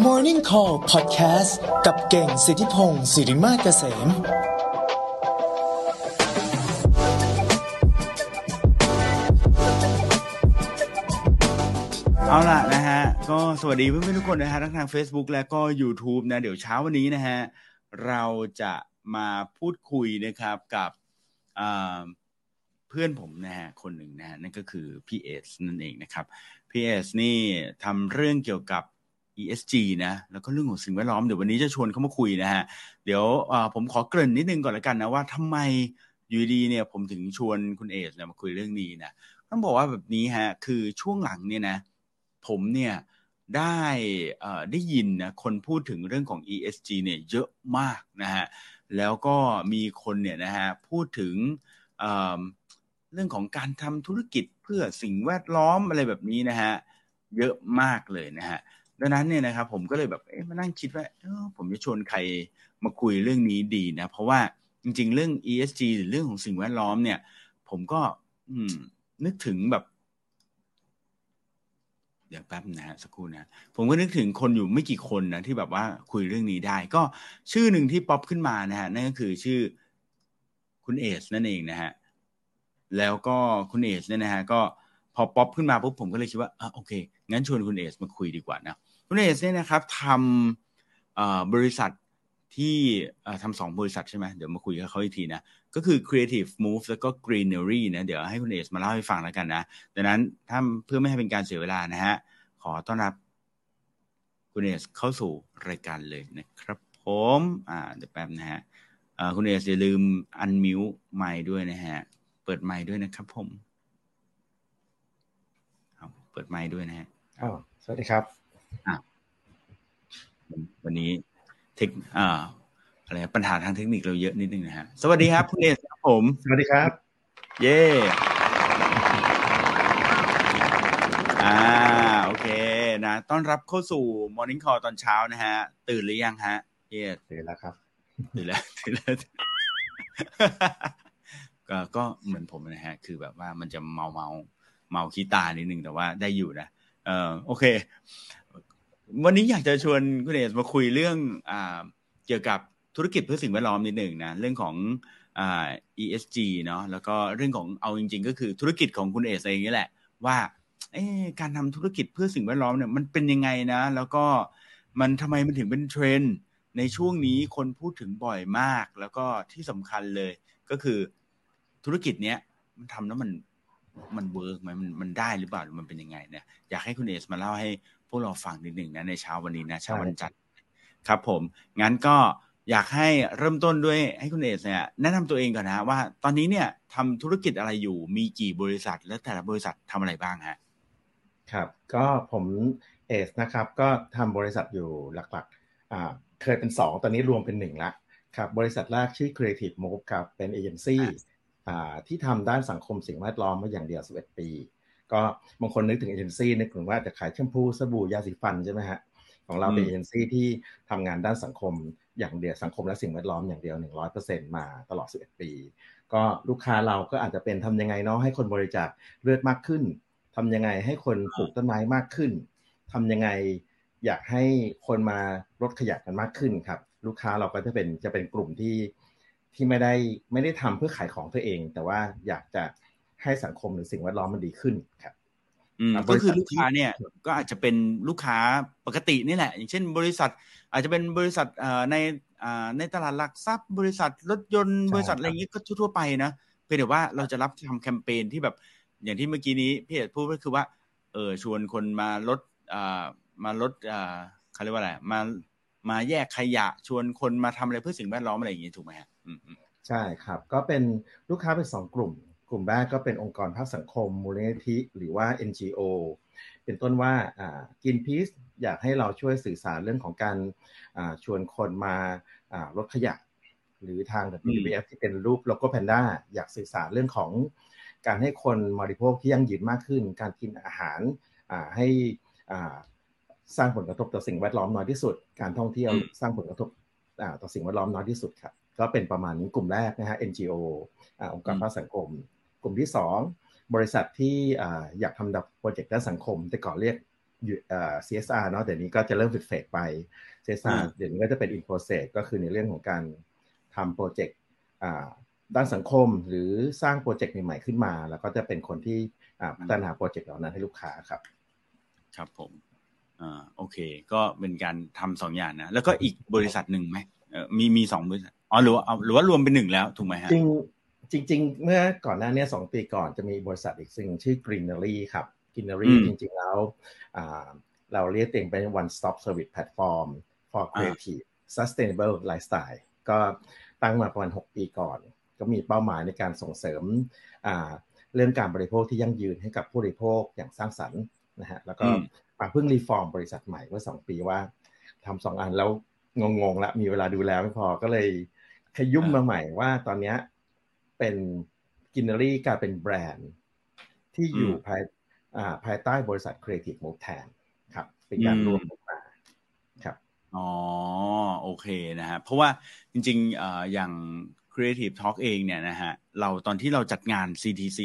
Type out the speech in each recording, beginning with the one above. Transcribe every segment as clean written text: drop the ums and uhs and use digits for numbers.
Morning Call Podcast กับเก่งสิทธิพงศ์สิริมาเกษมเอาล่ะนะฮะก็สวัสดีเพื่อนๆทุกคนนะฮะทั้งทาง Facebook และก็ YouTube นะเดี๋ยวเช้าวันนี้นะฮะเราจะมาพูดคุยนะครับกับเพื่อนผมนะฮะคนหนึ่งนะฮะนั่นก็คือพี่เอสนั่นเองนะครับพี่เอสนี่ทำเรื่องเกี่ยวกับ ESG นะแล้วก็เรื่องของสิ่งแวดล้อมเดี๋ยววันนี้จะชวนเขามาคุยนะฮะเดี๋ยวผมขอเกริ่นนิดนึงก่อนละกันนะว่าทำไมอยู่ดีเนี่ยผมถึงชวนคุณเอสมาคุยเรื่องนี้นะต้องบอกว่าแบบนี้ฮะคือช่วงหลังเนี่ยนะผมเนี่ยได้ยินนะคนพูดถึงเรื่องของ ESG เนี่ยเยอะมากนะฮะแล้วก็มีคนเนี่ยนะฮะพูดถึงเรื่องของการทำธุรกิจเพื่อสิ่งแวดล้อมอะไรแบบนี้นะฮะเยอะมากเลยนะฮะดังนั้นเนี่ยนะครับผมก็เลยแบบมานั่งคิดว่าผมจะชวนใครมาคุยเรื่องนี้ดีนะเพราะว่าจริงๆเรื่อง ESG หรือเรื่องของสิ่งแวดล้อมเนี่ยผมก็นึกถึงแบบเดี๋ยวแป๊บนะฮะสักครู่นะผมก็นึกถึงคนอยู่ไม่กี่คนนะที่แบบว่าคุยเรื่องนี้ได้ก็ชื่อหนึ่งที่ป๊อปขึ้นมานะฮะนั่นก็คือชื่อคุณเอสนั่นเองนะฮะแล้วก็คุณเอสเนี่ยนะฮะก็พอป๊อปขึ้นมาปุ๊บผมก็เลยคิดว่าโอเคงั้นชวนคุณเอสมาคุยดีกว่านะคุณเอสเนี่ยนะครับทำบริษัทที่ทำ2 บริษัทใช่ไหมเดี๋ยวมาคุยกับเขาอีกทีนะก็คือ Creative Move แล้วก็ Greenery นะเดี๋ยวให้คุณเอสมาเล่าให้ฟังแล้วกันนะดังนั้นถ้าเพื่อไม่ให้เป็นการเสียเวลานะฮะขอต้อนรับคุณเอสเข้าสู่รายการเลยนะครับผมเดี๋ยวแป๊บนะฮะคุณเอสอย่าลืมอันมิวไมค์ด้วยนะฮะเปิดไมค์ด้วยนะครับผมเปิดไมค์ด้วยนะฮะสวัสดีครับวันนี้อะไรปัญหาทางเทคนิคเราเยอะนิดนึงนะฮะสวัสดีครับคุณเอสครับผมสวัสดีครับเย่โอเคนะต้อนรับเข้าสู่ Morning Call ตอนเช้านะฮะตื่นหรือยังฮะเย่ตื่นแล้วครับตื่นแล้วก็เหมือนผมนะฮะคือแบบว่ามันจะเมาขี้ตานิดนึงแต่ว่าได้อยู่นะโอเควันนี้อยากจะชวนคุณเอสมาคุยเรื่องเกี่ยวกับธุรกิจเพื่อสิ่งแวดล้อมนิดหนึ่งนะเรื่องของESG เนาะแล้วก็เรื่องของเอาจริงๆก็คือธุรกิจของคุณเอสเองนี่แหละว่าการทำธุรกิจเพื่อสิ่งแวดล้อมเนี่ยมันเป็นยังไงนะแล้วก็มันทำไมมันถึงเป็นเทรนด์ในช่วงนี้คนพูดถึงบ่อยมากแล้วก็ที่สำคัญเลยก็คือธุรกิจเนี้ยมันทำแล้วมันเวิร์กไหมมันได้หรือเปล่าหรือมันเป็นยังไงเนี่ยอยากให้คุณเอสมาเล่าให้พวกเราฟังนิดหนึ่งนะในเช้าวันนี้นะเช้าวันจันทร์ครับผมงั้นก็อยากให้เริ่มต้นด้วยให้คุณเอสเนี่ยแนะนำตัวเองก่อนนะว่าตอนนี้เนี่ยทำธุรกิจอะไรอยู่มีกี่บริษัทและแต่ละบริษัททำอะไรบ้างฮะครับก็ผมเอสนะครับก็ทำบริษัทอยู่หลักๆเคยเป็น2ตอนนี้รวมเป็น1ละครับบริษัทแรกชื่อ Creative Move ครับเป็นเอเจนซี่ที่ทำด้านสังคมสิ่งแวดล้อมมาอย่างเดียว11 ปีก็บางคนนึกถึงเอเจนซี่นึกถึงว่าจะขายแชมพูสบู่ยาสีฟันใช่ไหมฮะของเราเป็นเอเจนซี่ที่ทำงานด้านสังคมอย่างเดียวสังคมและสิ่งแวดล้อมอย่างเดียว 100% มาตลอด11 ปีก็ลูกค้าเราก็อาจจะเป็นทำยังไงเนาะให้คนบริจาคเลือดมากขึ้นทำยังไงให้คนปลูกต้นไม้มากขึ้นทำยังไงอยากให้คนมาลดขยะกันมากขึ้นครับลูกค้าเราก็จะเป็นกลุ่มที่ไม่ได้ทำเพื่อขายของตัวเองแต่ว่าอยากจะให้สังคมหรือสิ่งแวดล้อมมันดีขึ้นครับก็คือลูกค้าเนี่ยก็อาจจะเป็นลูกค้าปกตินี่แหละอย่างเช่นบริษัทอาจจะเป็นบริษัทในตลาดหลักทรัพย์บริษัทรถยนต์บริษัทอะไรอย่างนี้ก็ทั่วไปนะเพียงแต่ว่าเราจะรับทำแคมเปญที่แบบอย่างที่เมื่อกี้นี้พี่เอกพูดก็คือว่าชวนคนมาลดเขาเรียกว่าอะไรมาแยกขยะชวนคนมาทำอะไรเพื่อสิ่งแวดล้อมอะไรอย่างนี้ถูกไหมฮะใช่ครับก็เป็นลูกค้าเป็น2 กลุ่มแรกก็เป็นองค์กรภาคสังคมมูลนิธิหรือว่า NGO เป็นต้นว่าGreenpeace อยากให้เราช่วยสื่อสารเรื่องของการชวนคนมาลดขยะหรือทาง WWF ที่เป็นรูปโลโก้แพนด้าอยากสื่อสารเรื่องของการให้คนบริโภคที่ยั่งยืนมากขึ้นการกินอาหารให้สร้างผลกระทบต่อสิ่งแวดล้อมน้อยที่สุดการท่องเที่ยวสร้างผลกระทบต่อสิ่งแวดล้อมน้อยที่สุดครับก็เป็นประมาณนี้กลุ่มแรกนะฮะ NGO องค์กรภาคสังคมกลุ่มที่2บริษัทที่อยากทำโปรเจกต์ด้านสังคมแต่ก่อนเรียก CSR เนาะเดี๋ยวนี้ก็จะเริ่มเฟดไป CSR เดี๋ยวนี้ก็จะเป็น in process ก็คือในเรื่องของการทำโปรเจกต์ด้านสังคมหรือสร้างโปรเจกต์ใหม่ๆขึ้นมาแล้วก็จะเป็นคนที่พัฒนาโปรเจกต์เหล่านั้นให้ลูกค้าครับครับผมโอเคก็เป็นการทำ2อย่างนะแล้วก็อีกบริษัทหนึ่งไหมมี2บริษัทหรือว่ารวมเป็น1แล้วถูกไหมฮะจริงเมื่อก่อนหน้านี้2 ปีก่อนจะมีบริษัทอีกซึ่งชื่อ Greenery ครับ Greenery จริงๆแล้วเราเรียกตัวเองเป็น one stop service platform for creative sustainable lifestyle ก็ตั้งมาประมาณ6 ปีก่อนก็มีเป้าหมายในการส่งเสริมเรื่องการบริโภคที่ยั่งยืนให้กับผู้บริโภคอย่างสร้างสรรค์นะฮะแล้วก็เพิ่งรีฟอร์มบริษัทใหม่เมื่อ2 ปีว่าทำ2 อันแล้วงงๆแล้วมีเวลาดูแลไม่พอก็เลยขยุ่มมาใหม่ว่าตอนนี้เป็นGreeneryกลายเป็นแบรนด์ที่อยู่ภายใต้บริษัท Creative Move แทนครับเป็นการรวมออกมาครับโอเคนะฮะเพราะว่าจริงๆอย่าง Creative Talk เองเนี่ยนะฮะเราตอนที่เราจัดงาน CTC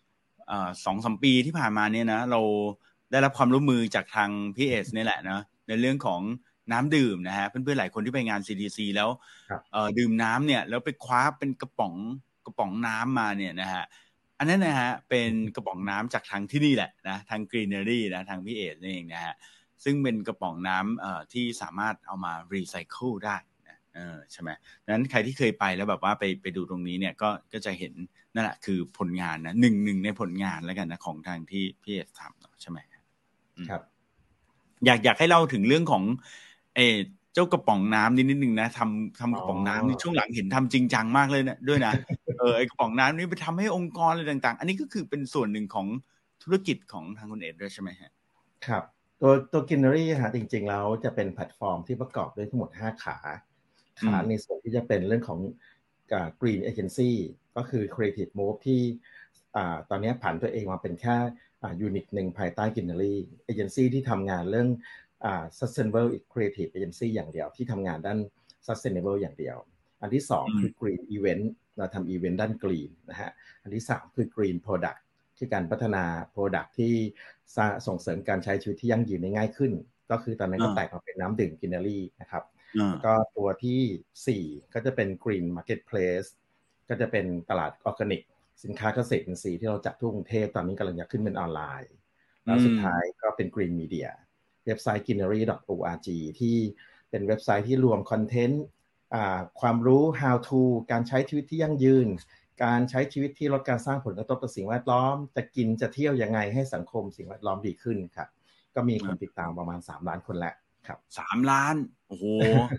2-3 ปีที่ผ่านมาเนี่ยนะเราได้รับความร่วมมือจากทางพี่เอสนี่แหละนะในเรื่องของน้ำดื่มนะฮะเพื่อนๆหลายคนที่ไปงาน CTC แล้วดื่มน้ำเนี่ยแล้วไปคว้าเป็นกระป๋องน้ำมาเนี่ยนะฮะอันนั้นนะฮะเป็นกระป๋องน้ำจากทางที่นี่แหละนะทาง Greenery นะทางพี่เอสนี่เองนะฮะซึ่งเป็นกระป๋องน้ำที่สามารถเอามารีไซเคิลได้นะใช่ไหมดังนั้นใครที่เคยไปแล้วแบบว่าไปดูตรงนี้เนี่ยก็จะเห็นนั่นแหละคือผลงานนะหนึ่งในผลงานแล้วกันนะของทางที่พี่เอสทำใช่ไหมครับอยากให้เล่าถึงเรื่องของเจ้ากระป๋องน้ำนิดนึงนะทำกระป๋องน้ำนี่ช่วงหลังเห็นทำจริงจังมากเลยนะด้วยนะไอกระป๋องน้ำนี่ไปทำให้องค์กรอะไรต่างๆอันนี้ก็คือเป็นส่วนหนึ่งของธุรกิจของทางคุณเอ็ดด้วยใช่ไหมฮะครับตัว Greenery ฮะจริงๆแล้วจะเป็นแพลตฟอร์มที่ประกอบด้วยทั้งหมด5 ขาในส่วนที่จะเป็นเรื่องของGreen Agency ก็คือ Creative Move ที่ตอนนี้ผันตัวเองมาเป็นแค่ยูนิตหนึ่งภายใต้ Greenery Agency ที่ทำงานเรื่องSustainable Creative Agency อย่างเดียวที่ทำงานด้าน Sustainable อย่างเดียวอันที่2คือ Green Event เราทำ Event ด้าน Green นะฮะอันที่3คือ Green Product คือการพัฒนา Product ที่ส่งเสริมการใช้ชีวิตที่ยั่งยืนได้ง่ายขึ้นก็คือตอนนั้นก็แตกออกเป็นน้ำดื่ม Greenery นะครับแล้วก็ตัวที่4ก็จะเป็น Green Marketplace ก็จะเป็นตลาดออร์แกนิกสินค้าเกษตรอินทรีย์ที่เราจัดทั่วกรุงเทพตอนนี้กำลังจะขึ้นเป็นออนไลน์แล้วสุดท้ายก็เป็น Green Media เว็บไซต์ greenery.org ที่เป็นเว็บไซต์ที่รวมคอนเทนต์ความรู้ how to การใช้ชีวิตที่ยั่งยืนการใช้ชีวิตที่ลดการสร้างผลกระทบต่อสิ่งแวดล้อมจะกินจะเที่ยวยังไงให้สังคมสิ่งแวดล้อมดีขึ้นครับก็มีคนติดตามประมาณ3 ล้านคนแล้วครับ 3 ล้านโอ้โห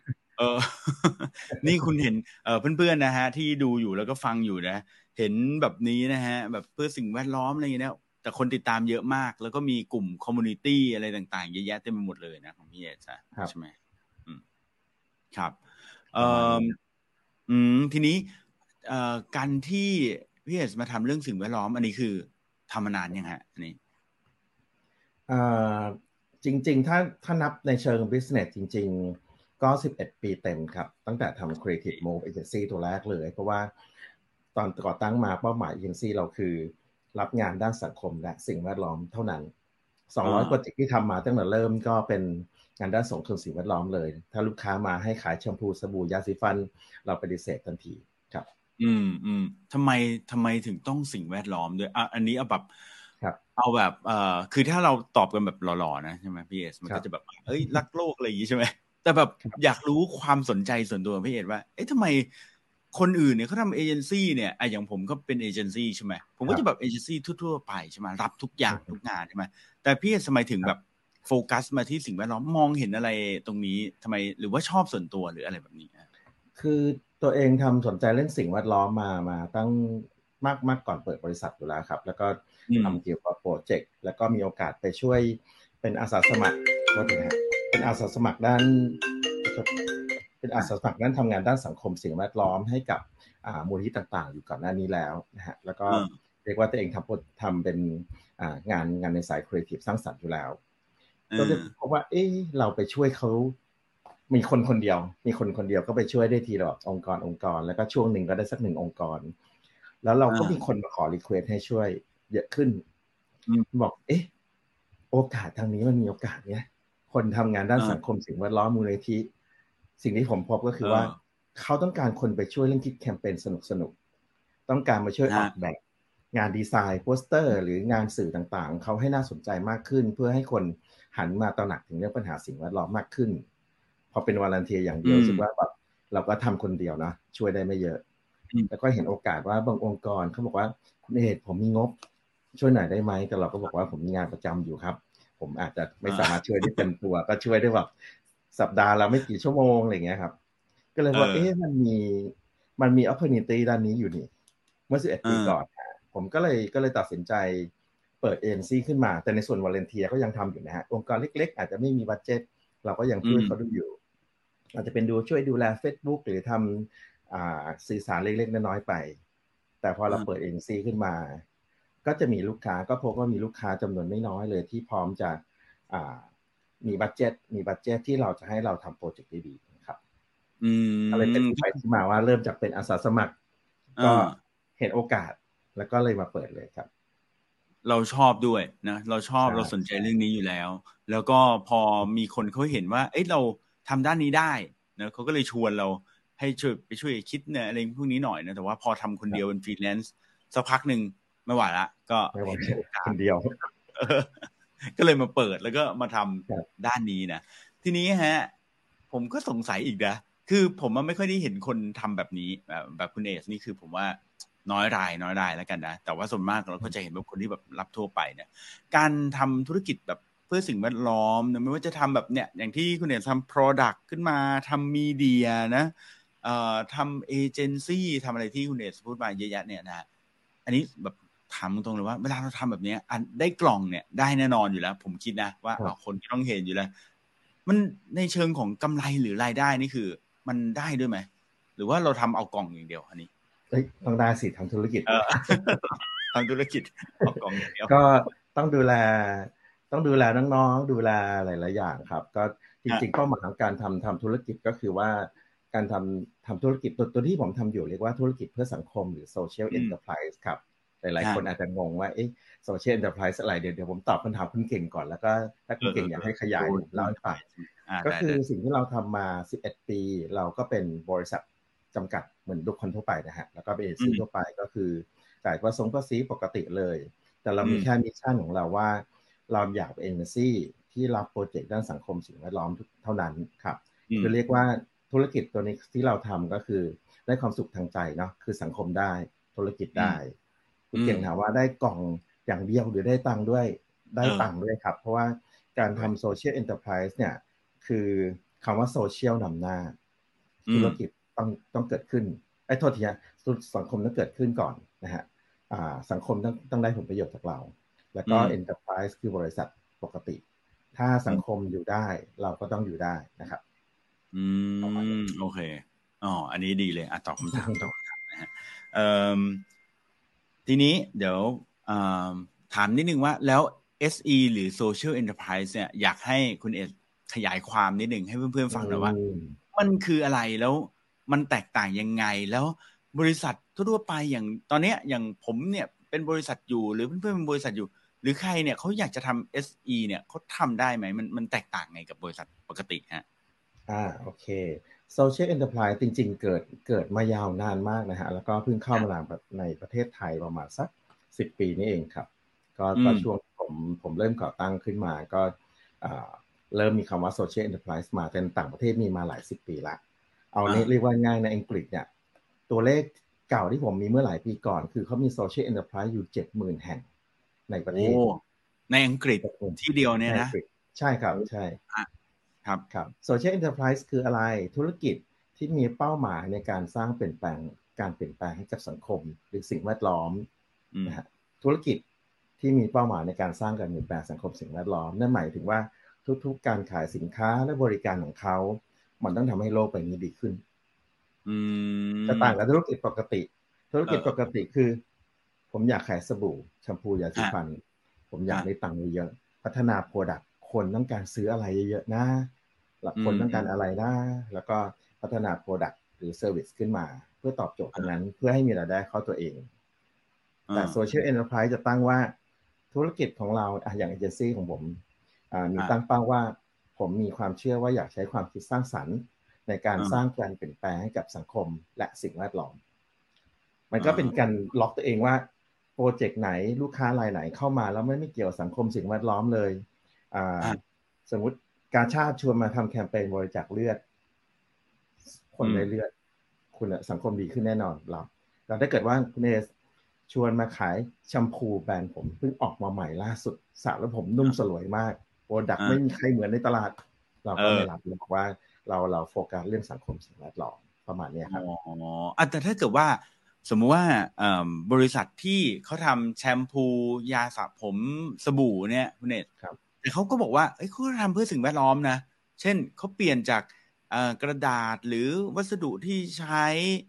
นี่คุณเห็นเพื่อนๆนะฮะที่ดูอยู่แล้วก็ฟังอยู่นะเห็นแบบนี้นะฮะแบบเพื่อสิ่งแวดล้อมอะไรอย่างเงี้ยแต่คนติดตามเยอะมากแล้วก็มีกลุ่มคอมมูนิตี้อะไรต่างๆเยอะแยะเต็มไปหมดเลยนะของพี่เอสใช่ไหมครับทีนี้การที่พี่เอสมาทำเรื่องสิ่งแวดล้อมอันนี้คือทำมานานยังฮะอันนี้จริงๆถ้านับในเชิง business จริงๆก็11 ปีเต็มครับตั้งแต่ทำ Creative Move Agency ตัวแรกเลยเพราะว่าตอนก่อตั้งมาเป้าหมาย Agency เราคือรับงานด้านสังคมและสิ่งแวดล้อมเท่านั้น200โปรเจกต์ที่ทำมาตั้งแต่เริ่มก็เป็นงานด้านสังคมสิ่งแวดล้อมเลยถ้าลูกค้ามาให้ขายแชมพูสบู่ยาสีฟันเราปฏิเสธทันทีครับทำไมถึงต้องสิ่งแวดล้อมด้วยอันนี้เอาแบบเอาแบบคือถ้าเราตอบกันแบบหล่อๆนะใช่ไหมพี่เอสมันก็จะแบบรักโลกอะไรอย่างนี้ใช่ไหมแต่แบบอยากรู้ความสนใจส่วนตัวพี่เอสว่าทำไมคนอื่นเนี่ยเขาทำเอเจนซี่เนี่ยอย่างผมก็เป็นเอเจนซี่ใช่ไหมผมก็จะแบบเอเจนซี่ทั่วๆไปใช่ไหมรับทุกอย่างทุกงานใช่ไหมแต่พี่เอสทำไมถึงแบบโฟกัสมาที่สิ่งแวดล้อมมองเห็นอะไรตรงนี้ทำไมหรือว่าชอบส่วนตัวหรืออะไรแบบนี้คือตัวเองทำสนใจเรื่องสิ่งแวดล้อมมาตั้งมากก่อนเปิดบริษัทอยู่แล้วครับแล้วก็ทำเกี่ยวกับโปรเจกต์แล้วก็มีโอกาสไปช่วยเป็นอาสาสมัครเป็นอาสาสมัครด้านทำงานด้านสังคมสิ่งแวดล้อมให้กับมูลนิธิต่างๆอยู่ก่อนหน้านี้แล้วนะฮะแล้วก็เรียกว่าตัวเองทำเป็นงานในสายครีเอทีฟสร้างสรรค์อยู่แล้วก็จะพบว่าเราไปช่วยเขามีคนเดียวก็ไปช่วยได้ทีละองค์กรแล้วก็ช่วงหนึ่งก็ได้สัก1 องค์กรแล้วเราก็มีคนมาขอรีเควสให้ช่วยเยอะขึ้นบอกโอกาสทางนี้มันมีโอกาสเนี่ยคนทำงานด้านสังคมสิ่งแวดล้อมมูลนิธิสิ่งที่ผมพบก็คือว่าเขาต้องการคนไปช่วยเรื่องคิดแคมเปญสนุกต้องการมาช่วยออกแบบงานดีไซน์โปสเตอร์หรืองานสื่อต่างๆเขาให้น่าสนใจมากขึ้นเพื่อให้คนหันมาตระหนักถึงเรื่องปัญหาสิ่งแวดล้อมมากขึ้นพอเป็นวอลันเทียร์อย่างเดียวรู้สึกว่าแบบเราก็ทำคนเดียวนะช่วยได้ไม่เยอะแล้วก็เห็นโอกาสว่าบางองค์กรเขาบอกว่าคุณเอกผมมีงบช่วยหน่อยได้ไหมแต่เราก็บอกว่าผมมีงานประจำอยู่ครับผมอาจจะไม่สามารถช่วยได้เต็มตัวก็ช่วยได้แบบสัปดาห์ละไม่กี่ชั่วโมงอะไรเงี้ยครับก็เลยว่ามันมี opportunity ด้านนี้อยู่นี่เมื่อ11 ปีก่อนผมก็เลยตัดสินใจเปิดเอ็นซีขึ้นมาแต่ในส่วนวอลันเทียร์ก็ยังทำอยู่นะฮะองค์กรเล็กๆอาจจะไม่มีบัดเจ็ตเราก็ยังช่วยเขาดูอยู่อาจจะเป็นช่วยดูแล Facebook หรือทำสื่อสารเล็กๆน้อยๆไปแต่พอเราเปิดเอ็นซีขึ้นมาก็จะมีลูกค้าก็พบว่ามีลูกค้าจำนวนไม่น้อยเลยที่พร้อมจะมีบัดเจ็ตที่เราจะให้เราทำโปรเจกต์ได้ดีนะครับอะไรเป็นที่ไปที่มาว่าเริ่มจากเป็นอาสาสมัครก็เห็นโอกาสแล้วก็เลยมาเปิดเลยครับเราชอบด้วยนะเราชอบเราสนใจเรื่องนี้อยู่แล้วแล้วก็พอมีคนเขาเห็นว่าเอ้ยเราทำด้านนี้ได้นะเขาก็เลยชวนเราให้ช่วยคิดเนี่ยอะไรพวกนี้หน่อยนะแต่ว่าพอทำคนเดียวเป็นฟรีแลนซ์สักพักหนึ่งไม่ไหวละก็เห็นโอกาสคนเดียวก็เลยมาเปิดแล้วก็มาทำด้านนี้นะทีนี้ฮะผมก็สงสัยอีกนะคือผมไม่ค่อยได้เห็นคนทำแบบนี้แบบคุณเอสนี่คือผมว่าน้อยรายแล้วกันนะแต่ว่าส่วนมากเราก็จะเห็นว่าคนที่แบบรับทั่วไปเนี่ยการทำธุรกิจแบบเพื่อสิ่งแวดล้อมนะไม่ว่าจะทำแบบเนี่ยอย่างที่คุณเอกทำ product ขึ้นมาทำมีเดียนะทำเอเจนซี่ทำอะไรที่คุณเอกพูดมาเยอะแยะเนี่ยนะอันนี้แบบถามตรงๆเลยว่าเวลาเราทำแบบนี้ได้กล่องเนี่ยได้แน่นอนอยู่แล้วผมคิดนะว่าคนต้องเห็นอยู่แล้วมันในเชิงของกำไรหรือรายได้นี่คือมันได้ด้วยไหมหรือว่าเราทำเอากล่องอย่างเดียวอันนี้ต้องได้สิทำธุรกิจทำธุรกิจเอากล่องอย่างเดียวก็ต้องดูแลน้องๆดูแลหลายๆอย่างครับก็จริงๆเป้าหมายของการทำธุรกิจก็คือว่าการทำธุรกิจตัวที่ผมทำอยู่เรียกว่าธุรกิจเพื่อสังคมหรือ social enterprise ครับหลายๆคนอาจจะงงว่าsocial enterprise อะไรเดี๋ยวผมตอบคำถามคุณเก่งก่อนแล้วก็ถ้าคุณเก่งอยากให้ขยายเล่าให้ฟังก็คือสิ่งที่เราทำมา11 ปีเราก็เป็นบริษัทจำกัดเหมือนทุกคนทั่วไปนะฮะแล้วก็เป็นเอเจนซี่ทั่วไปก็คือจ่ายภาษีปกติเลยแต่เรามีแค่มิชชั่นของเราว่าเราอยากเป็นเอเจนซี่ที่รับโปรเจกต์ด้านสังคมสิ่งแวดล้อมเท่านั้นครับคือเรียกว่าธุรกิจตัวนี้ที่เราทำก็คือได้ความสุขทางใจเนาะคือสังคมได้ธุรกิจได้คุณเก่งถามว่าได้กล่องอย่างเดียวหรือได้ตังค์ด้วยได้ตังค์ด้วยครับเพราะว่าการทำโซเชียลเอ็นเตอร์ไพรส์เนี่ยคือคำว่าโซเชียลนำหน้าธุรกิจต้องเกิดขึ้นโทษทีฮะสังคมต้องเกิดขึ้นก่อนนะฮะสังคมต้องได้ผลประโยชน์จากเราแล้วก็ Enterprise คือบริษัทปกติถ้าสังคมอยู่ได้เราก็ต้องอยู่ได้นะครับโอเคอันนี้ดีเลยตอบคำถามนะฮะทีนี้เดี๋ยวถามนิดนึงว่าแล้ว SE หรือ Social Enterprise เนี่ยอยากให้คุณเอขยายความนิดนึงให้เพื่อนๆฟังหน่อยว่ามันคืออะไรแล้วมันแตกต่างยังไงแล้วบริษัททั่วไปอย่างตอนนี้อย่างผมเนี่ยเป็นบริษัทอยู่หรือเพื่อนๆเป็นบริษัทอยู่หรือใครเนี่ยเขาอยากจะทำ SE เนี่ยเขาทำได้ไหมมันแตกต่างไงกับบริษัทปกติฮะโอเค Social Enterprise จริงๆเกิดมายาวนานมากนะฮะแล้วก็เพิ่งเข้ามาในประเทศไทยประมาณสัก10 ปีนี่เองครับก็ช่วงผมเริ่มก่อตั้งขึ้นมาก็เริ่มมีคำว่า Social Enterprise มาแต่ต่างประเทศมีมาหลาย10 ปีละเอาเรียกว่าง่ายในอังกฤษเนี่ยตัวเลขเก่าที่ผมมีเมื่อหลายปีก่อนคือเขามี Social Enterprise อยู่ 70,000 แห่งในประเทศในอังกฤษที่เดียวเนี่ยนะใช่ครับใช่ครับ Social Enterprise คืออะไรธุรกิจที่มีเป้าหมายในการสร้างการเปลี่ยนแปลงให้กับสังคมหรือสิ่งแวดล้อมนะฮะธุรกิจที่มีเป้าหมายในการสร้างการเปลี่ยนแปลงสังคมสิ่งแวดล้อมนั่นหมายถึงว่าทุกๆการขายสินค้าและบริการของเขามันต้องทำให้โลกใบนี้ดีขึ้นจะต่างกับธุรกิจปกติคือผมอยากขายสบู่แชมพูยาสีฟันผมอยากได้ตังค์เยอะพัฒนาโปรดักต์คนต้องการซื้ออะไรเยอะๆนะคนต้องการอะไรนะแล้วก็พัฒนาโปรดักต์หรือเซอร์วิสขึ้นมาเพื่อตอบโจทย์ตรงนั้นเพื่อให้มีรายได้เข้าตัวเองแต่ Social Enterprise จะตั้งว่าธุรกิจของเราอย่างเอเจนซี่ของผมมีตั้งเป้าว่าผมมีความเชื่อว่าอยากใช้ความคิดสร้างสรรค์ในการสร้างการเปลี่ยนแปลงให้กับสังคมและสิ่งแวดล้อมมันก็เป็นการล็อกตัวเองว่าโปรเจกต์ไหนลูกค้ารายไหนเข้ามาแล้วไม่เกี่ยวสังคมสิ่งแวดล้อมเลยสมมุติกาชาดชวนมาทำแคมเปญบริจาคเลือดคนได้เลือดคุณสังคมดีขึ้นแน่นอนเราแต่ถ้าเกิดว่าคุณเอชวนมาขายแชมพูแบรนด์ผมเพิ่งออกมาใหม่ล่าสุดสระแล้วผมนุ่มสลวยมากโปรดักต์ไม่มีใครเหมือนในตลาดเราก็ไม่รับบอกว่าเราโฟกัสเรื่องสังคมสิ่งแวดล้อมประมาณนี้ครับแต่ถ้าเกิดว่าสมมุติว่าบริษัทที่เขาทำแชมพูยาสระผมสบู่เนี่ยคุณเนตแต่เขาก็บอกว่าเขาทำเพื่อสิ่งแวดล้อมนะเช่นเขาเปลี่ยนจากกระดาษหรือวัสดุที่ใช้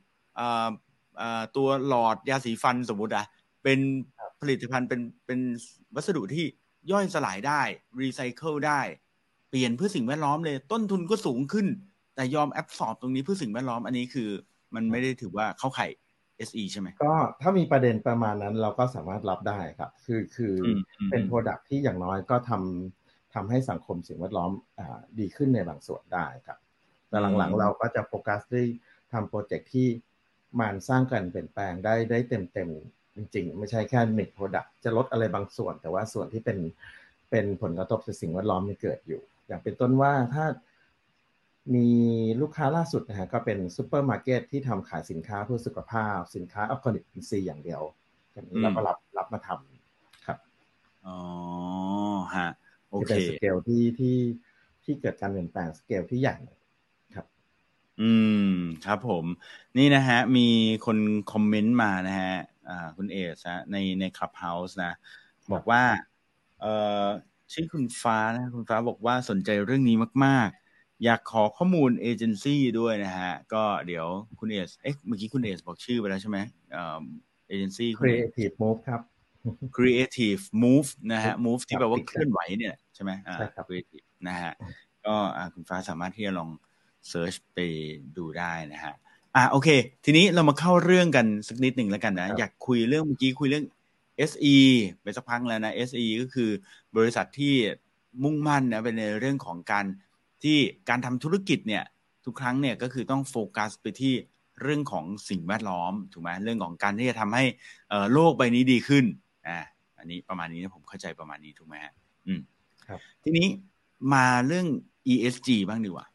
ตัวหลอดยาสีฟันสมมุติเป็นผลิตภัณฑ์เป็นวัสดุที่ย่อยสลายได้รีไซเคิลได้เปลี่ยนเพื่อสิ่งแวดล้อมเลยต้นทุนก็สูงขึ้นแต่ยอมแอบสอบตรงนี้เพื่อสิ่งแวดล้อมอันนี้คือมันไม่ได้ถือว่าเข้าข่าย SE ใช่ไหมก็ถ้ามีประเด็นประมาณนั้นเราก็สามารถรับได้ครับคือเป็น product ที่อย่างน้อยก็ทำให้สังคมสิ่งแวดล้อมดีขึ้นในบางส่วนได้ครับแต่หลังๆเราก็จะโฟกัสที่ทำโปรเจกต์ที่มันสร้างการเปลี่ยนแปลงได้เต็มจริงๆไม่ใช่แค่หนึ่ง product จะลดอะไรบางส่วนแต่ว่าส่วนที่เป็นผลกระทบต่อสิ่งแวดล้อมมันเกิดอยู่อย่างเป็นต้นว่าถ้ามีลูกค้าล่าสุดนะฮะก็เป็นซูเปอร์มาร์เก็ตที่ทำขายสินค้าเพื่อสุขภาพสินค้าออร์แกนิกอินทรีย์อย่างเดียวอย่างนี้เราก็รับมาทำครับฮะโอเคเป็นสเกลที่เกิดการเปลี่ยนแปลงสเกลที่ใหญ่ครับครับผมนี่นะฮะมีคนคอมเมนต์มานะฮะคุณเอสนะใน Clubhouse นะบอกว่าชื่อคุณฟ้านะคุณฟ้าบอกว่าสนใจเรื่องนี้มากๆอยากขอข้อมูลเอเจนซี่ด้วยนะฮะก็เดี๋ยวคุณเอสเมื่อกี้คุณเอสบอกชื่อไปแล้วใช่ไหมเอเจนซี่ Creative Move ครับ Creative Move นะฮะ Move ที่แปลว่าเคลื่อนไหวเนี่ยใช่ไหมCreative นะฮะก็คุณฟ้าสามารถที่จะลองเซิร์ชไปดูได้นะฮะโอเคทีนี้เรามาเข้าเรื่องกันสักนิดหนึ่งแล้วกันนะอยากคุยเรื่องเมื่อกี้คุยเรื่อง SE ไปสักพักแล้วนะ SE ก็คือบริษัทที่มุ่งมั่นนะเป็นในเรื่องของการทำธุรกิจเนี่ยทุกครั้งเนี่ยก็คือต้องโฟกัสไปที่เรื่องของสิ่งแวดล้อมถูกไหมเรื่องของการที่จะทำให้โลกใบนี้ดีขึ้นอันนี้ประมาณนี้นะผมเข้าใจประมาณนี้ถูกไหมฮะครับทีนี้มาเรื่อง ESG บ้างดีกว่า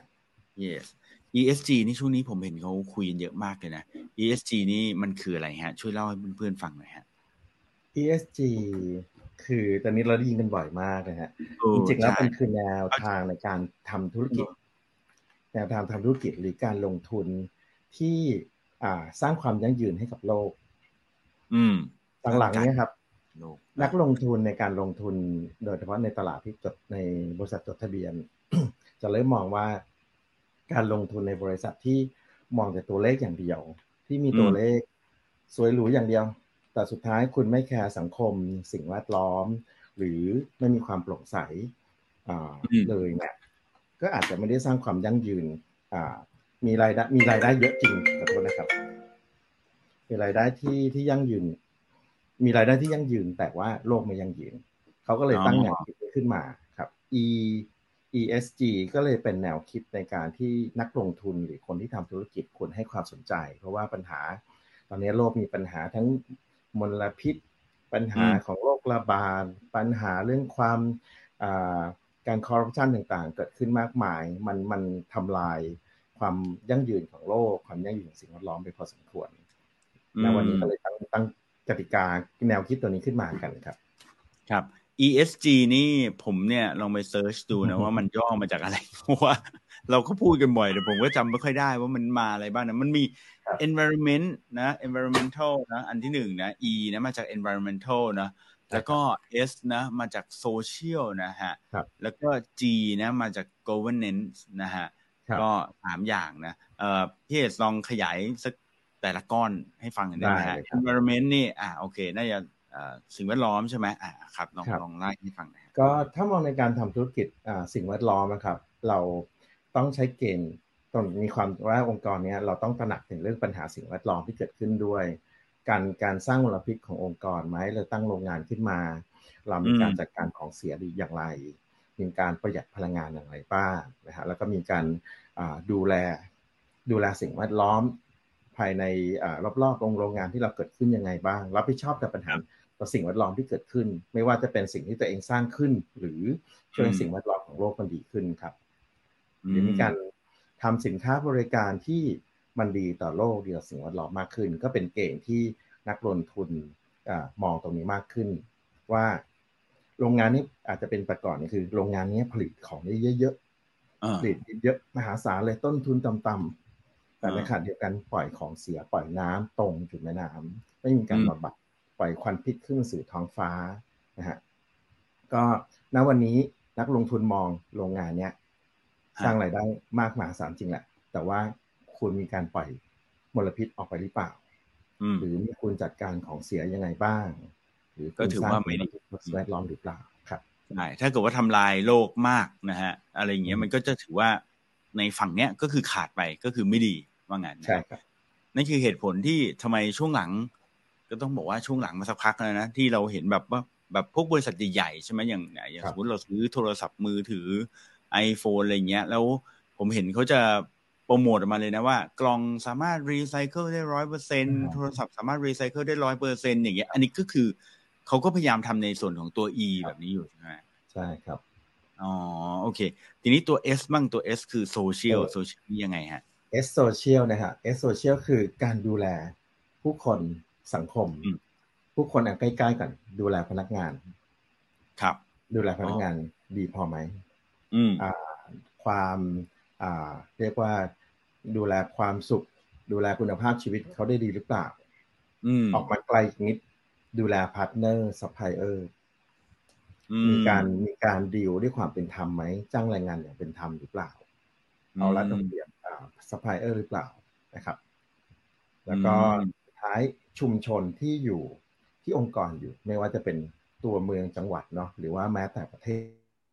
Yes ESG นี่ช่วงนี้ผมเห็นเขาคุยกันเยอะมากเลยนะ ESG นี่มันคืออะไรฮะช่วยเล่าให้เพื่อนๆฟังหน่อยฮะ ESG คือตอนนี้เราได้ยินกันบ่อยมากนะฮะจริงๆแล้วมันคือแนวทางในการทำธุรกิจแนวทางทำธุรกิจหรือการลงทุนที่สร้างความยั่งยืนให้กับโลกหลังๆนี้ครับนักลงทุนในการลงทุนโดยเฉพาะในตลาดที่จดในบริษัทจดทะเบียน จะเริ่มมองว่าการลงทุนในบริษัทที่มองแต่ตัวเลขอย่างเดียวที่มีตัวเลขสวยหรูอย่างเดียวแต่สุดท้ายคุณไม่แคร์สังคมสิ่งแวดล้อมหรือไม่มีความโปร่งใสเลยเนี่ยก็อาจจะไม่ได้สร้างความยั่งยืนมีรายได้เยอะจริงขอโทษนะครับมีรายได้ที่ยั่งยืนมีรายได้ที่ยั่งยืนแต่ว่าโลกไม่ยั่งยืนเขาก็เลยตั้งแนวคิดขึ้นมาครับ ESG ก็เลยเป็นแนวคิดในการที่นักลงทุนหรือคนที่ทำธุรกิจควรให้ความสนใจเพราะว่าปัญหาตอนนี้โลกมีปัญหาทั้งมลพิษปัญหาของโรคระบาดปัญหาเรื่องความการคอร์รัปชันต่างๆเกิดขึ้นมากมายมันทำลายความยั่งยืนของโลกความยั่งยืนของสิ่งแวดล้อมไปพอสมควรแล้ววันนี้ก็เลยตั้งกติกาแนวคิดตัวนี้ขึ้นมากันครับครับ ESG นี่ผมเนี่ยลองไปเซิร์ชดูนะว่ามันย่อมาจากอะไรเพราะว่าเราก็พูดกันบ่อยแต่ผมก็จำไม่ค่อยได้ว่ามันมาอะไรบ้างนะมันมี environment นะ environmental นะอันที่1นะ E นะมาจาก environmental นะแล้วก็ S นะมาจาก social นะฮะแล้วก็ G นะมาจาก governance นะฮะก็3อย่างนะพี่เอสลองขยายสักแต่ละก้อนให้ฟังกันได้ไหมฮะ environment นี่โอเคน่าจะสิ่งแวดล้อมใช่ไหมครับลองไล่ให้ฟังหน่อยก็ถ้ามองในการทำธุรกิจสิ่งแวดล้อมนะครับเราต้องใช้เกณฑ์ต้องมีความว่าองค์กรนี้เราต้องตระหนักถึงเรื่องปัญหาสิ่งแวดล้อมที่เกิดขึ้นด้วยการสร้างมลพิษขององค์กรไหมเราตั้งโรงงานขึ้นมาเรามีการจัดการของเสียดีอย่างไรมีการประหยัดพลังงานอย่างไรบ้างนะฮะแล้วก็มีการดูแลสิ่งแวดล้อมภายในรอบๆโรงงานที่เราเกิดขึ้นยังไงบ้างรับผิดชอบกับปัญหาต่อสิ่งแวดล้อมที่เกิดขึ้นไม่ว่าจะเป็นสิ่งที่ตัวเองสร้างขึ้นหรือช่วยให้สิ่งแวดล้อมของโลกมันดีขึ้นครับหรือมีการทำสินค้าบริการที่มันดีต่อโลกดีต่อสิ่งแวดล้อมมากขึ้นก็เป็นเกณฑ์ที่นักลงทุนมองตรงนี้มากขึ้นว่าโรงงานนี้อาจจะเป็นประกอบนี่คือโรงงานนี้ผลิตของได้เยอะๆผลิตเยอะมหาศาลเลยต้นทุนต่ำๆแต่ในขณะเดียวกันปล่อยของเสียปล่อยน้ำตรงจุดแม่น้ำไม่มีการบำบัดปล่อยควันพิษขึ้นสู่ท้องฟ้านะฮะก็ณวันนี้นักลงทุนมองโรงงานเนี้ยสร้างรายได้มากมหาศาลจริงแหละแต่ว่าคุณมีการปล่อยมลพิษออกไปหรือเปล่าหรือมีคุณจัดการของเสียยังไงบ้างหรือก็ถือว่าไม่ดีแวดล้อมหรือเปล่าครับใช่ถ้าเกิดว่าทำลายโลกมากนะฮะอะไรอย่างเงี้ยมันก็จะถือว่าในฝั่งเนี้ยก็คือขาดไปก็คือไม่ดีว่างั้นใช่ครับนั่นคือเหตุผลที่ทำไมช่วงหลังก็ต้องบอกว่าช่วงหลังมาสักพักแล้วนะที่เราเห็นแบบว่าแบบพวกบริษัทใหญ่ๆใช่ไหมอย่างสมมติเราซื้อโทรศัพท์มือถือ iPhone อะไรเงี้ยแล้วผมเห็นเขาจะโปรโมทออกมาเลยนะว่ากล่องสามารถรีไซเคิลได้ 100% โทรศัพท์สามารถรีไซเคิลได้ 100% อย่างเงี้ยอันนี้ก็คือเขาก็พยายามทำในส่วนของตัว E แบบนี้อยู่ใช่ไหมใช่ครับอ๋อโอเคทีนี้ตัว S บ้างตัว S คือโซเชียลนี่ยังไงฮะ S social นะฮะ S social คือการดูแลผู้คนสังคมผู้คนใกล้ๆกันดูแลพนักงานครับดูแลพนักงานดีพอไหมความเรียกว่าดูแลความสุขดูแลคุณภาพชีวิตเขาได้ดีหรือเปล่าออกมาไกลนิดดูแลพาร์ทเนอร์ซัพพลายเออร์มีการดีลด้วยความเป็นธรรมไหมจ้างแรงงานอย่างเป็นธรรมหรือเปล่าเอารัดเอาเปรียบซัพพลายเออร์หรือเปล่านะครับแล้วก็สุดท้ายชุมชนที่อยู่ที่องค์กรอยู่ไม่ว่าจะเป็นตัวเมืองจังหวัดเนาะหรือว่าแม้แต่ประเทศ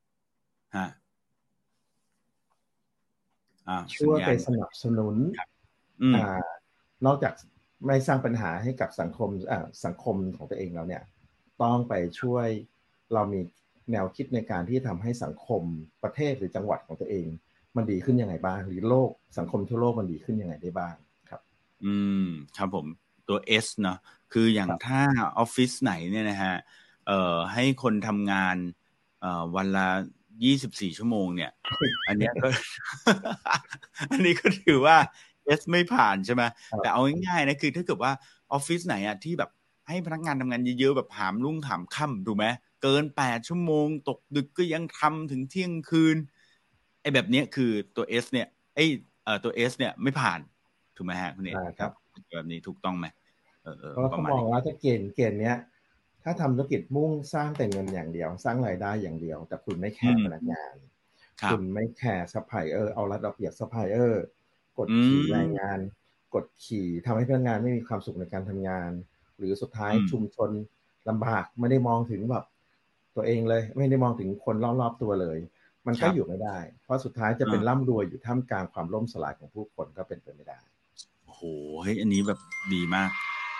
ช่วยไปสนับสนุนนอกจากไม่สร้างปัญหาให้กับสังคมของตัวเองแล้วเนี่ยต้องไปช่วยเรามีแนวคิดในการที่ทำให้สังคมประเทศหรือจังหวัดของตัวเองมันดีขึ้นยังไงบ้างหรือโลกสังคมทั่วโลกมันดีขึ้นยังไงได้บ้างครับครับผมตัว S เนาะคืออย่างถ้าออฟฟิศไหนเนี่ยนะฮะให้คนทำงานวันละ24ชั่วโมงเนี่ยอันนี้ก็ อันนี้ก็ถือว่า S ไม่ผ่านใช่ไหมแต่เอาง่ายๆนะคือถ้าเกิดว่าออฟฟิศไหนอะที่แบบให้พนักงานทำงานเยอะๆแบบหามรุ่งหามค่ำถูกไหมเกิน8ชั่วโมงตกดึกก็ยังทำถึงเที่ยงคืนไอ้แบบนี้คือตัว S เนี่ยตัว S เนี่ยไม่ผ่านถูกไหมฮะคุณเอกครับแบบนี้ถูกต้องไหมเพราะเขามองว่าถ้าเกณฑ์เนี้ยถ้าทำธุรกิจมุ่งสร้างแต่เงินอย่างเดียวสร้างรายได้อย่างเดียวแต่คุณไม่แคร์พนักงานคุณไม่แคร์ซัพพลายเออร์เอารัดเอาเปรียบซัพพลายเออร์กดขี่แรงงานกดขี่ทำให้พนักงานไม่มีความสุขในการทำงานหรือสุดท้ายชุมชนลำบากไม่ได้มองถึงแบบตัวเองเลยไม่ได้มองถึงคนรอบๆตัวเลยมันก็อยู่ไม่ได้เพราะสุดท้ายจะเป็นร่ำรวยอยู่ท่ามกลางความล่มสลายของผู้คนก็เป็นไปไม่ได้โอ้โหเฮ้ยอันนี้แบบดีมาก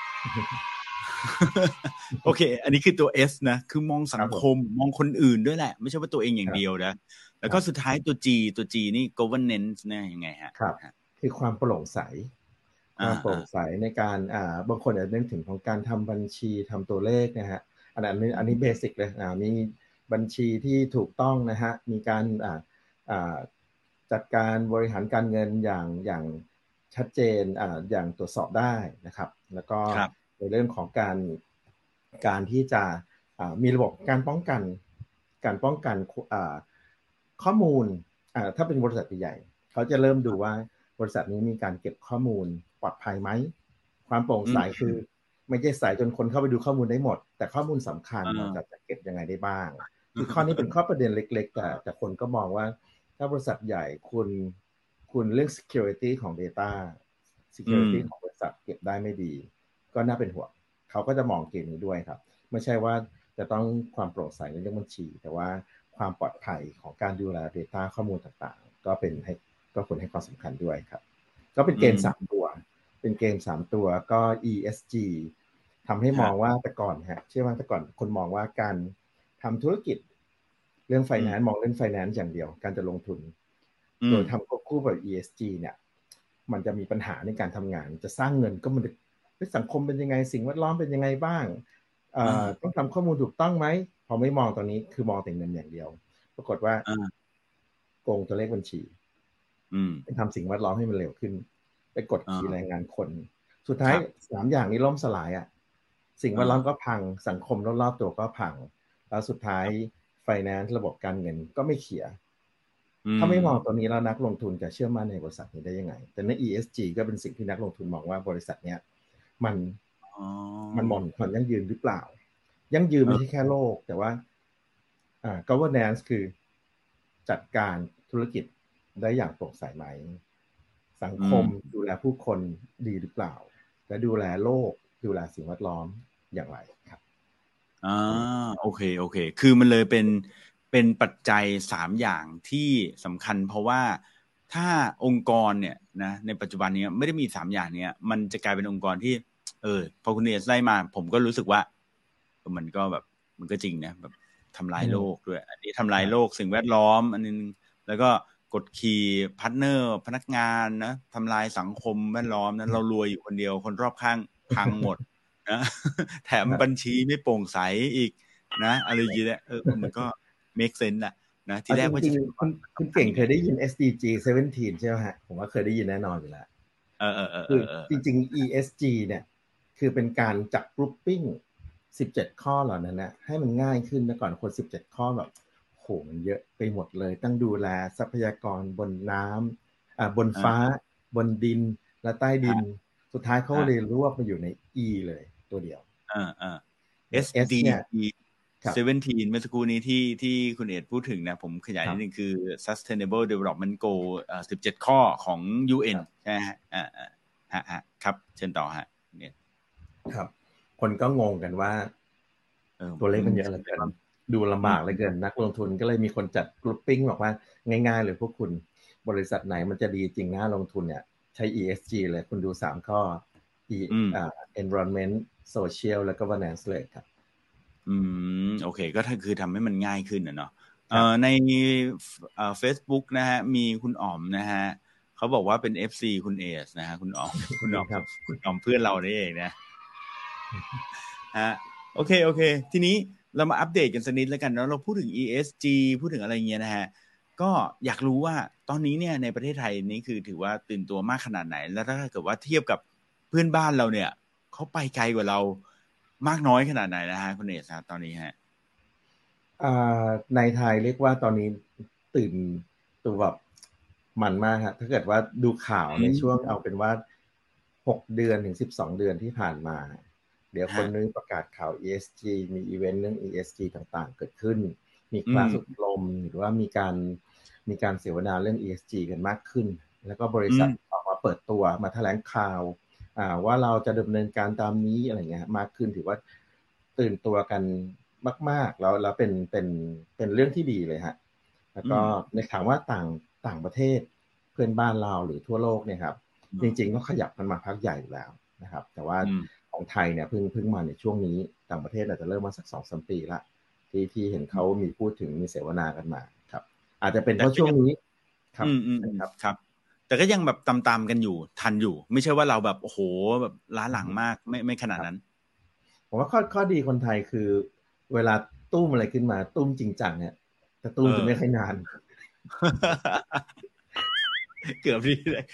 โอเคอันนี้คือตัว S นะคือมองสังคมมองคนอื่นด้วยแหละไม่ใช่ว่าตัวเองอย่างเดียวนะแล้วก็สุดท้ายตัว G นี่ governance เนี่ยยังไงฮะครับคือความโปร่งใสความโปร่งใสในการบางคนอาจจะนึกถึงของการทำบัญชีทำตัวเลขนะฮะอันนี้เบสิกเลยมีบัญชีที่ถูกต้องนะฮะมีการจัดการบริหารการเงินอย่างชัดเจนอย่างตรวจสอบได้นะครับแล้วก็ในเรื่องของการที่จะมีระบบการป้องกันข้อมูลถ้าเป็นบริษัทใหญ่เขาจะเริ่มดูว่าบริษัทนี้มีการเก็บข้อมูลปลอดภัยไหมความโปร่งใสคือไม่ใช่ใส่จนคนเข้าไปดูข้อมูลได้หมดแต่ข้อมูลสำคัญเราจะเก็บยังไงได้บ้างคือข้อนี้เป็นข้อประเด็นเล็กๆแต่คนก็มองว่าถ้าบริษัทใหญ่คุณเรื่อง security ของ data security ของบริษัทเก็บได้ไม่ดีก็น่าเป็นห่วงเขาก็จะมองเกณฑ์นี้ด้วยครับไม่ใช่ว่าจะต้องความโปร่งใสในเรื่องบัญชีแต่ว่าความปลอดภัยของการดูแล data ข้อมูลต่างๆก็ควรให้ความสำคัญด้วยครับก็เป็นเกณฑ์3ตัวเป็นเกณฑ์3ตัวก็ ESG ทำให้มองว่าแต่ก่อนฮะเชื่อว่าแต่ก่อนคนมองว่าการทำธุรกิจเรื่องไฟแนนซ์มองเรื่องไฟแนนซ์อย่างเดียวการจะลงทุนโดยทำควบคู่กับ ESG เนี่ยมันจะมีปัญหาในการทำงานจะสร้างเงินก็มันสังคมเป็นยังไงสิ่งแวดล้อมเป็นยังไงบ้างต้องทำข้อมูลถูกต้องไหมพอไม่มองตรงนี้คือมองแต่เงินอย่างเดียวปรากฏว่าโกงตัวเลขบัญชีไปทำสิ่งแวดล้อมให้มันเร็วขึ้นไปกดขี่แรงงานคนสุดท้าย3อย่างนี้ล่มสลายอ่ะสิ่งแวดล้อมก็พังสังคมรอบๆตัวก็พังแล้วสุดท้ายไฟแนนซ์ระบบการเงินก็ไม่เขียถ้าไม่มองตัวนี้แล้วนักลงทุนจะเชื่อมั่นในบริษัทนี้ได้ยังไงแต่ใน ESG ก็เป็นสิ่งที่นักลงทุนมองว่าบริษัทเนี้ยมันมองความยั่งยืนหรือเปล่ายั่งยืนไม่ใช่แค่โลกแต่ว่าgovernance คือจัดการธุรกิจได้อย่างโปร่งใสไหมสังคมดูแลผู้คนดีหรือเปล่าและดูแลโลกดูแลสิ่งแวดล้อมอย่างไรครับโอเคคือมันเลยเป็นปัจจัย3อย่างที่สำคัญเพราะว่าถ้าองค์กรเนี่ยนะในปัจจุบันนี้ไม่ได้มี3อย่างเนี้ยมันจะกลายเป็นองค์กรที่พอคุณเอสไล่มาผมก็รู้สึกว่ามันก็แบบมันก็จริงนะแบบทำลายโลกด้วยอันนี้ทำลายโลกสิ่งแวดล้อมอันนึงแล้วก็กดขี่พาร์ทเนอร์พนักงานนะทำลายสังคมแวดล้อมนั้นเรารวยอยู่คนเดียวคนรอบข้างพังหมดนะแถมบัญชีไม่โปร่งใสอีกนะอะไรอย่างเงี้ยมันก็ make sense นะที่แรกว่าจริงคุณเก่งเคยได้ยิน SDG 17 ใช่ไหมฮะผมว่าเคยได้ยินแน่นอนอยู่แล้วคือจริงๆ ESG เนี่ยคือเป็นการจับกรุ๊ปปิ้ง17ข้อเหล่านั้นนะให้มันง่ายขึ้นนะก่อนคน17ข้อแบบโหมันเยอะไปหมดเลยต้องดูแลทรัพยากรบนน้ำบนฟ้าบนดินและใต้ดินสุดท้ายเขาเลยรวบมาอยู่ใน E เลยตัวเดียว SDG 17 เมื่อสักครู่นี้ที่คุณเอกพูดถึงนะผมขยายนิดนึงคือ Sustainable Development Goal 17 ข้อของ UN ใช่ไหมฮะครับเชิญต่อฮะเนี่ยครับคนก็งงกันว่าตัวเลขมันเยอะเหลือเกินดูลำบากเหลือเกินนักลงทุนก็เลยมีคนจัดกรุ๊ปปิ้งบอกว่าง่ายๆเลยพวกคุณบริษัทไหนมันจะดีจริงน่าลงทุนเนี่ยใช้ ESG เลยคุณดู3ข้อ Environment Social และ Governance เลยครับโอเคก็คือทำให้มันง่ายขึ้นเนาะในFacebook นะฮะมีคุณอ๋อมนะฮะเขาบอกว่าเป็น FC คุณเอสนะฮะคุณอ๋อมครับคุณอ๋อมเพื่อนเราได้เองนะโอเคทีนี้เรามาอัปเดตกันสักนิดแล้วกันเนาะเราพูดถึง ESG พูดถึงอะไรเงี้ยนะฮะก็อยากรู้ว่าตอนนี้เนี่ยในประเทศไทยนี้คือถือว่าตื่นตัวมากขนาดไหนแล้วถ้าเกิดว่าเทียบกับเพื่อนบ้านเราเนี่ยเขาไปไกลกว่าเรามากน้อยขนาดไหนนะฮะคุณเอสตอนนี้ฮะในไทยเรียกว่าตอนนี้ตื่นตัวแบบมันมากฮะถ้าเกิดว่าดูข่าวในช่วงเอาเป็นว่า6 เดือนถึง12 เดือนที่ผ่านมาเดี๋ยวคนนึงประกาศข่าว ESG มีอีเวนต์เรื่อง ESG ต่างๆเกิดขึ้นมีคลาสอบรมหรือว่ามีการเสวนาเรื่อง ESG กันมากขึ้นแล้วก็บริษัทออกมาเปิดตัวมาแถลงข่าวว่าเราจะดำเนินการตามนี้อะไรเงี้ยมากขึ้นถือว่าตื่นตัวกันมากๆแล้วเป็นเรื่องที่ดีเลยฮะแล้วก็ในถามว่าต่างประเทศเพื่อนบ้านเราหรือทั่วโลกเนี่ยครับจริงๆก็ขยับกันมาพักใหญ่อยู่แล้วนะครับแต่ว่าของไทยเนี่ยเพิ่งมาในช่วงนี้ต่างประเทศอาจจะเริ่มมาสัก 2-3 ปีละที่เห็นเขามีพูดถึงมีเสวนากันมาครับอาจจะเป็นเพราะช่วงนี้ครับแต่ก็ยังแบบตามกันอยู่ทันอยู่ไม่ใช่ว่าเราแบบโอ้โหแบบล้าหลังมากไม่ขนาดนั้นผมว่าข้อดีคนไทยคือเวลาตุ้มอะไรขึ้นมาตุ้มจริงจังเนี่ยแต่ตุ้มจะไม่ค่อยนานเกือบดีแล้ว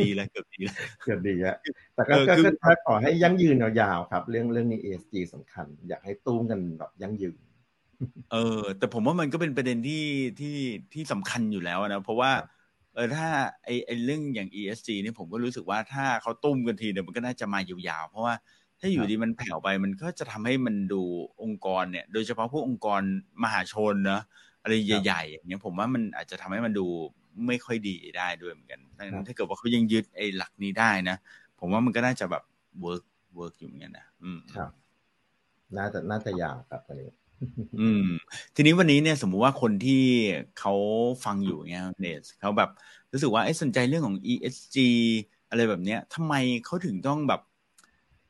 แต่ก็ถ้าขอให้ยั่งยืนยาวๆครับเรื่องนี้ ESG สำคัญอยากให้ตุ้มกันแบบยั่งยืนแต่ผมว่ามันก็เป็นประเด็นที่สำคัญอยู่แล้วนะเพราะว่าถ้าไอเรื่องอย่าง ESG นี่ผมก็รู้สึกว่าถ้าเขาตุ้มกันทีเนี่ยมันก็น่าจะมายาวๆเพราะว่าถ้าอยู่ดีมันแผ่วไปมันก็จะทำให้มันดูองค์กรเนี่ยโดยเฉพาะพวกองค์กรมหาชนนะอะไรใหญ่ๆอย่างเงี้ยผมว่ามันอาจจะทำให้มันดูไม่ค่อยดีได้ด้วยเหมือนกันถ้าเกิดว่าเขายังยึดไอ้หลักนี้ได้นะผมว่ามันก็น่าจะแบบเวิร์กอยู่เหมือนกันนะครับน่าจะยาวครับตอนนี้ทีนี้วันนี้เนี่ยสมมุติว่าคนที่เขาฟังอยู่เนี่ยเนสเขาแบบรู้สึกว่าสนใจเรื่องของ ESG อะไรแบบเนี้ยทำไมเขาถึงต้องแบบ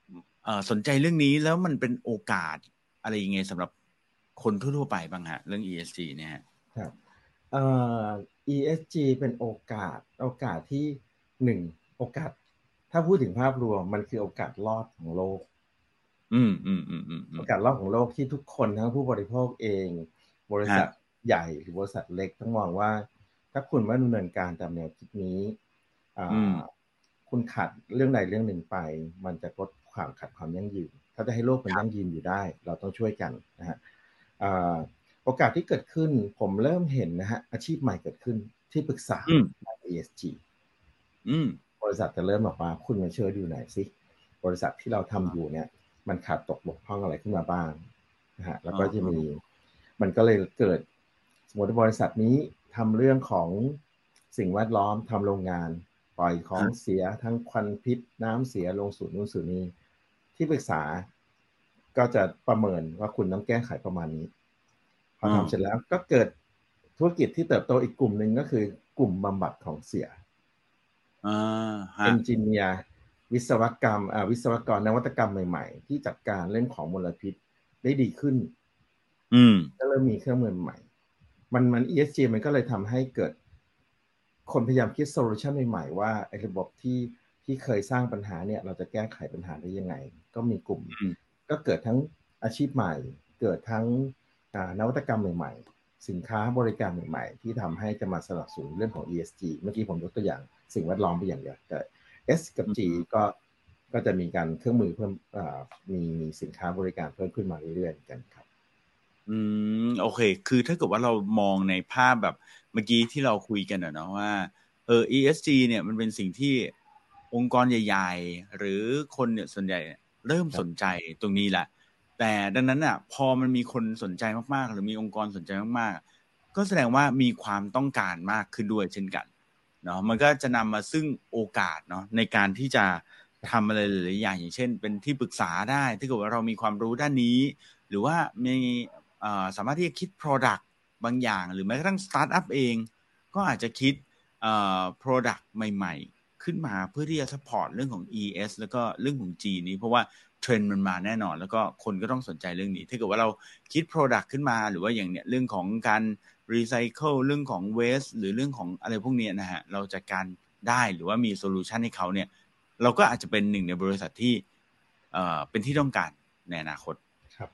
สนใจเรื่องนี้แล้วมันเป็นโอกาสอะไรยังไงสำหรับคนทั่วๆไปบ้างฮะเรื่อง ESG เนี่ยฮะครับเอ่อ ESG เป็นโอกาสที่หนึ่งโอกาสถ้าพูดถึงภาพรวมมันคือโอกาสรอดของโลกโอกาสรอดของโลกที่ทุกคนทั้งผู้บริโภคเองบริษัทใหญ่หรือบริษัทเล็กต้องมองว่าถ้าคุณไม่ดำเนินการตามแนวคิดนี้คุณขัดเรื่องใดเรื่องหนึ่งไปมันจะลดความยั่งยืนถ้าจะให้โลกมันยั่งยืนอยู่ได้เราต้องช่วยกันนะฮะโอกาสที่เกิดขึ้นผมเริ่มเห็นนะฮะอาชีพใหม่เกิดขึ้นที่ปรึกษาด้าน ESG บริษัทจะเริ่มบอกว่าคุณมาช่วยดูหน่อยสิบริษัทที่เราทำอยู่เนี่ยมันขาดตกบกพร่องอะไรขึ้นมาบ้างนะฮะแล้วก็จะมีมันก็เลยเกิดสมมติบริษัทนี้ทำเรื่องของสิ่งแวดล้อมทำโรงงานปล่อยของเสียทั้งควันพิษน้ำเสียลงสู่นู่นสู่นี้ที่ปรึกษาก็จะประเมินว่าคุณต้องแก้ไขประมาณนี้พอทำเสร็จแล้วก็เกิดธุรกิจที่เติบโตอีกกลุ่มหนึ่งก็คือกลุ่มบำบัดของเสียเอนจิเนียร์วิศวกรนวัตกรรมใหม่ๆที่จัดการเรื่องของมลพิษได้ดีขึ้นก็เริ่มมีเครื่องมือใหม่มัน ESG มันก็เลยทำให้เกิดคนพยายามคิดโซลูชันใหม่ๆว่าไอ้ระบบที่เคยสร้างปัญหาเนี่ยเราจะแก้ไขปัญหาได้ยังไงก็มีกลุ่มก็เกิดทั้งอาชีพใหม่เกิดทั้งนวัตกรรมใหม่ๆสินค้าบริการใหม่ๆที่ทำให้จะมาสนับสนุนเรื่องของ ESG เมื่อกี้ผมยกตัวอย่างสิ่งแวดล้อมไปอย่างเดียวแต่ S กับ G ก็จะมีการเครื่องมือเพิ่มมีสินค้าบริการเพิ่มขึ้นมาเรื่อยๆกันครับโอเคคือถ้าเกิดว่าเรามองในภาพแบบเมื่อกี้ที่เราคุยกันเนาะว่าESG เนี่ยมันเป็นสิ่งที่องค์กรใหญ่ๆหรือคนเนี่ยส่วนใหญ่เริ่มสนใจตรงนี้แหละแต่ดังนั้นพอมันมีคนสนใจมากๆหรือมีองค์กรสนใจมากๆก็แสดงว่ามีความต้องการมากขึ้นด้วยเช่นกันเนาะมันก็จะนำมาซึ่งโอกาสเนาะในการที่จะทำอะไรหลายๆอย่างอย่างเช่นเป็นที่ปรึกษาได้ถ้าเกิดว่าเรามีความรู้ด้านนี้หรือว่ามีสามารถที่จะคิด product บางอย่างหรือแม้กระทั่งสตาร์ทอัพเองก็อาจจะคิดproduct ใหม่ๆขึ้นมาเพื่อที่จะ support เรื่องของ ES แล้วก็เรื่องของ G นี้เพราะว่าเทรนด์มันมาแน่นอนแล้วก็คนก็ต้องสนใจเรื่องนี้ถ้าเกิดว่าเราคิด product ขึ้นมาหรือว่าอย่างเนี้ยเรื่องของการ recycle เรื่องของ waste หรือเรื่องของอะไรพวกนี้นะฮะเราจัดการได้หรือว่ามี solution ให้เขาเนี่ยเราก็อาจจะเป็นหนึ่งในบริษัทที่เป็นที่ต้องการในอนาคตครับ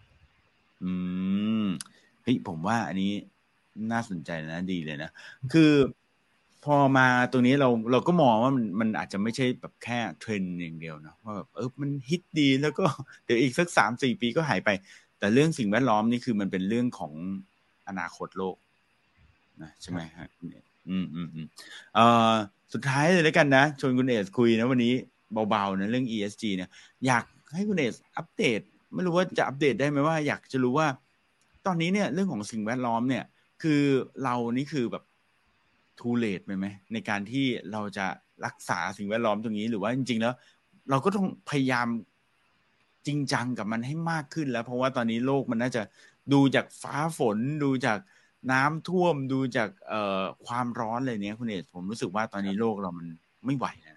เฮ้ยผมว่าอันนี้น่าสนใจนะดีเลยนะคือพอมาตรงนี้เราก็มองว่ามันอาจจะไม่ใช่แบบแค่เทรนด์อย่างเดียวเนาะว่าแบบมันฮิตดีแล้วก็เดี๋ยวอีกสัก 3-4 ปีก็หายไปแต่เรื่องสิ่งแวดล้อมนี่คือมันเป็นเรื่องของอนาคตโลกนะใช่ไหมฮะสุดท้ายเลยแล้วกันนะชวนคุณเอสคุยนะวันนี้เบาๆนะเรื่อง ESG เนี่ยอยากให้คุณเอสอัปเดตไม่รู้ว่าจะอัปเดตได้ไหมว่าอยากจะรู้ว่าตอนนี้เนี่ยเรื่องของสิ่งแวดล้อมเนี่ยคือเรานี่คือแบบ too late ไหมในการที่เราจะรักษาสิ่งแวดล้อมตรงนี้หรือว่าจริงๆแล้วเราก็ต้องพยายามจริงจังกับมันให้มากขึ้นแล้วเพราะว่าตอนนี้โลกมันน่าจะดูจากฟ้าฝนดูจากน้ำท่วมดูจากความร้อนอะไรเนี้ยคุณเอกผมรู้สึกว่าตอนนี้โลกเรามันไม่ไหวนะ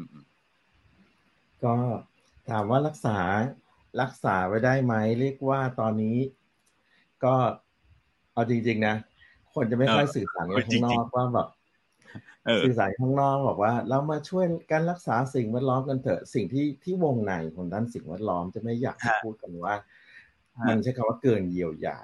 ก็ถามว่ารักษาไว้ได้ไหมเรียกว่าตอนนี้ก็เอาจริงๆนะคนจะไม่ค่อยสื่อสารกันข้างนอกว่าแบบสื่อสารข้างนอกบอกว่าเรามาช่วยกันรักษาสิ่งแวดล้อมกันเถอะสิ่งที่วงในของด้านสิ่งแวดล้อมจะไม่อยากพูดกันว่ามันใช้คำว่าเกินเยียวยา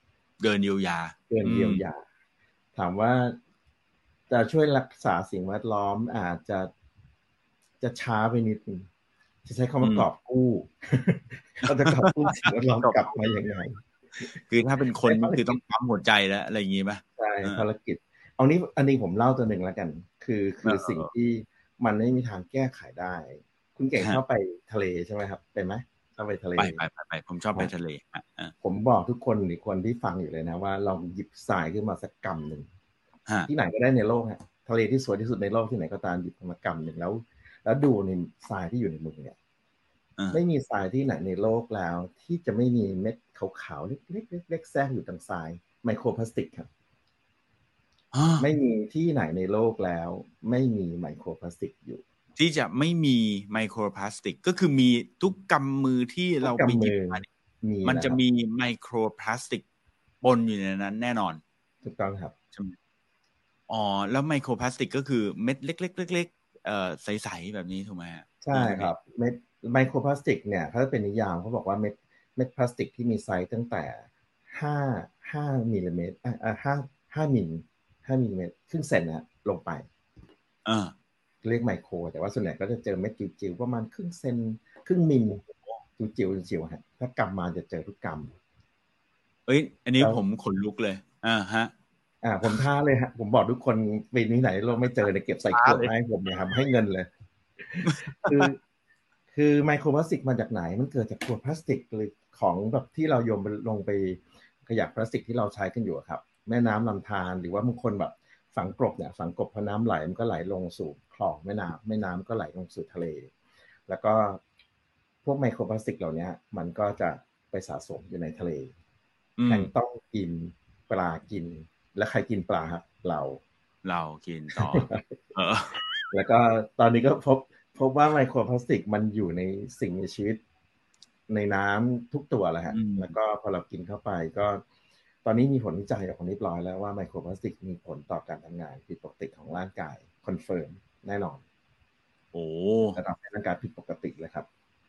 ถามว่าจะช่วยรักษาสิ่งแวดล้อมอาจจะช้าไปนิดนึงจะใช้คำว่ากอบกู้เราจะกอบกู้สิ่งแวดล้อมกลับมาอย่างไรคือถ้าเป็นคนคือต้องปั๊มหัวใจแล้วอะไรอย่างงี้ป่ะใช่ภารกิจอันนี้ผมเล่าตัวหนึ่งแล้วกันคือสิ่งที่มันไม่มีทางแก้ไขได้คุณเก่งชอบไปทะเลใช่ไหมครับไปไหมชอบไปทะเลไปผมชอบไปทะเลผมบอกทุกคนหรือคนที่ฟังอยู่เลยนะว่าลองหยิบทรายขึ้นมาสักกำหนึ่งที่ไหนก็ได้ในโลกฮะทะเลที่สวยที่สุดในโลกที่ไหนก็ตามหยิบมากำหนึ่งแล้วดูในทรายที่อยู่ในมือเนี่ยไม่มีทรายที่ไหนในโลกแล้วที่จะไม่มีเม็ดขาวๆเล็กๆแทรกอยู่ตรงทรายไมโครพลาสติกครับไม่มีที่ไหนในโลกแล้วไม่มีไมโครพลาสติกอยู่ที่จะไม่มีไมโครพลาสติกก็คือมีทุกกำมือที่เราไปหยิบมาเนี่ยมันจะมีไมโครพลาสติกปนอยู่ในนั้นแน่นอนถูกต้องครับอ๋อแล้วไมโครพลาสติกก็คือเม็ดเล็กๆใสๆแบบนี้ถูกไหมฮะใช่ครับเม็ดไมโครพลาสติกเนี่ยเขาเป็นนิยามเขาบอกว่าเม็ดพลาสติกที่มีไซส์ตั้งแต่5มิลลิเมตร5มิลลิเมตรครึ่งเซนนะลงไปเรียกไมโครแต่ว่าส่วนใหญ่ก็จะเจอเม็ดจิ๋วๆประมาณครึ่งเซนครึ่งมิลจิ๋วฮะถ้ากำมาจะเจอทุกกำอันนี้ผมขนลุกเลยฮะผมท้าเลยฮะผมบอกทุกคนปีนี้ไหนเราไม่เจอเนี่ยเก็บใส่ขวดมาให้ผมเนี่ยครับให้เงินเลยคือไมโครพลาสติกมาจากไหนมันเกิดจากขวดพลาสติกหรือของแบบที่เราโยนลงไปขยะพลาสติกที่เราใช้กันอยู่ครับแม่น้ำลำธารหรือว่าบางคนแบบฝังกลบเนี่ยฝังกลบพอน้ำไหลมันก็ไหลลงสู่คลองแม่น้ำก็ไหลลงสู่ทะเลแล้วก็พวกไมโครพลาสติกเหล่านี้มันก็จะไปสะสมอยู่ในทะเลแพลงก์ตอนกินปลากินและใครกินปลาครับเรากินต่อแล้วก็ตอนนี้ก็พบว่าไมโครพลาสติกมันอยู่ในสิ่งมีชีวิตในน้ำทุกตัวแล้วฮะแล้วก็พอเรากินเข้าไปก็ตอนนี้มีผลวิจัยออกมาเรียบร้อยแล้วว่าไมโครพลาสติกมีผลต่อการทำงานผิดปกติของร่างกายคอนเฟิร์มแน่นอนระดับร่างกายผิดปกติเลยครับ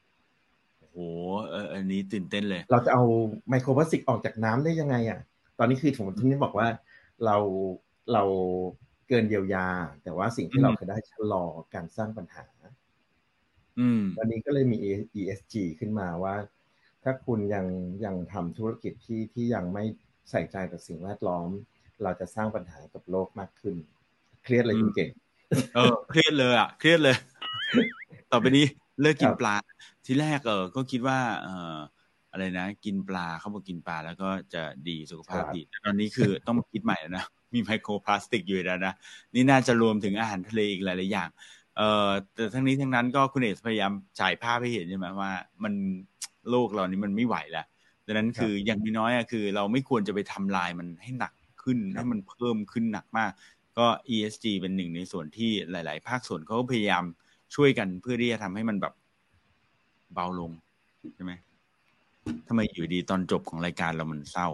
อันนี้ตื่นเต้นเลยเราจะเอาไมโครพลาสติกออกจากน้ำได้ยังไงอ่ะตอนนี้คือผมที่บอกว่าเราเกินเยียวยาแต่ว่าสิ่งที่เราเคยได้ชะลอการสร้างปัญหาวันนี้ก็เลยมี ESG ขึ้นมาว่าถ้าคุณยังทำธุรกิจที่ยังไม่ใส่ใจกับสิ่งแวดล้อมเราจะสร้างปัญหากับโลกมากขึ้นเครียดเลยคุณเก่งเครียดเลยเครียดเลยต่อไปนี้เลิกกินปลาทีแรกก็คิดว่าอะไรนะกินปลาเขาบอกกินปลาแล้วก็จะดีสุขภาพดีแต่ตอนนี้คือต้องคิดใหม่แล้วนะมีไมโครพลาสติกอยู่แล้วนะนี่น่าจะรวมถึงอาหารทะเลอีกหลายๆอย่างแต่ทั้งนี้ทั้งนั้นก็คุณเอกพยายามฉายภาพให้เห็นใช่ไหมว่ามันโลกเรานี้มันไม่ไหวแล้วดังนั้นคืออย่างน้อยคือเราไม่ควรจะไปทำลายมันให้หนักขึ้นให้มันเพิ่มขึ้นหนักมากก็ ESG เป็นหนึ่งในส่วนที่หลายๆภาคส่วนเขาก็พยายามช่วยกันเพื่อที่จะทำให้มันแบบเบาลงใช่ไหมทำไมอยู่ดีตอนจบของรายการเรามันเศร้า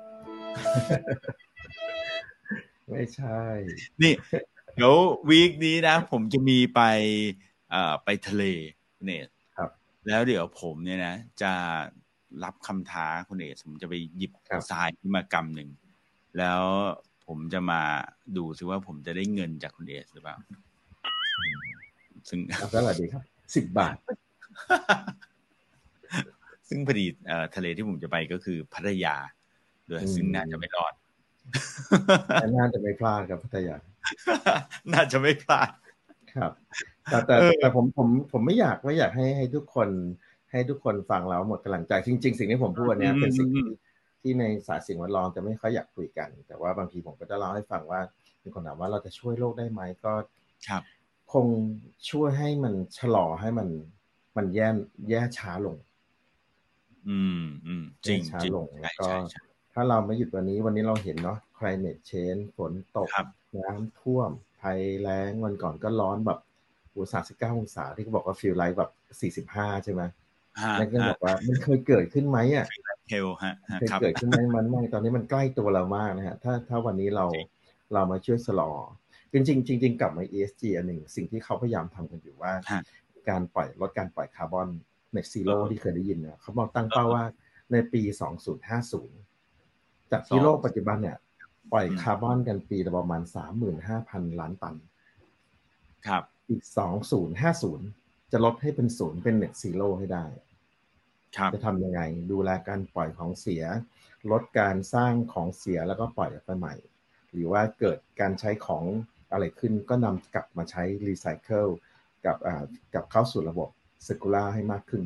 ไม่ใช่นี่เดี๋ยววีคนี้นะผมจะมีไปทะเลเนี่ยครับแล้วเดี๋ยวผมเนี่ยนะจะรับคำท้าคุณเอกผมจะไปหยิบทรายขึ้นมากำหนึ่งแล้วผมจะมาดูซิว่าผมจะได้เงินจากคุณเอกหรือเปล่าซึ่งก็อะไรดีครับ10 บาทซึ่งพอดีทะเลที่ผมจะไปก็คือพัทยาด้วยซึ่งน่าจะไม่รอดน่าจะไม่พลาดกับพัทยาน่าจะไม่พลาดครับแต่ผมไม่อยากให้ทุกคนฟังแล้วหมดกำลังใจจริงๆสิ่งที่ผมพูดวันนี้เป็นสิ่งที่ในสายสิ่งแวดล้อมจะไม่ค่อยอยากคุยกันแต่ว่าบางทีผมก็จะเล่าให้ฟังว่ามีคนถามว่าเราจะช่วยโลกได้ไหมก็คงช่วยให้มันชะลอให้มันแย่ช้าลงจริงช้าลงแล้วก็ถ้าเราไม่หยุดวันนี้เราเห็นเนาะ climate change ฝนตกน้ำท่วมภัยแล้งวันก่อนก็ร้อนแบบ39 องศาที่เขาบอกว่า feel like แบบ45ใช่ไหมนั่นก็บอกว่ามันเคยเกิดขึ้นไหมอ่ะเคยเกิดขึ้นไหมมันไม่ตอนนี้มันใกล้ตัวเรามากนะฮะถ้าวันนี้เรามาช่วยชะลอจริงกลับมา ESG อันหนึ่งสิ่งที่เขาพยายามทำกันอยู่ว่าการลดการปล่อยคาร์บอนNet Zero ที่เคยได้ยินนะเขาบอกตั้งเป้าว่าในปี2050จากที่โลกปัจจุบันเนี่ยปล่อยคาร์บอนกันปีละประมาณ 35,000 ล้านตันครับอีก2050จะลดให้เป็น0เป็น Net Zero ให้ได้จะทำยังไงดูแลการปล่อยของเสียลดการสร้างของเสียแล้วก็ปล่อยออกไปใหม่หรือว่าเกิดการใช้ของอะไรขึ้นก็นำกลับมาใช้รีไซเคิลกับเข้าสู่ระบบcircular ให้มากขึ้น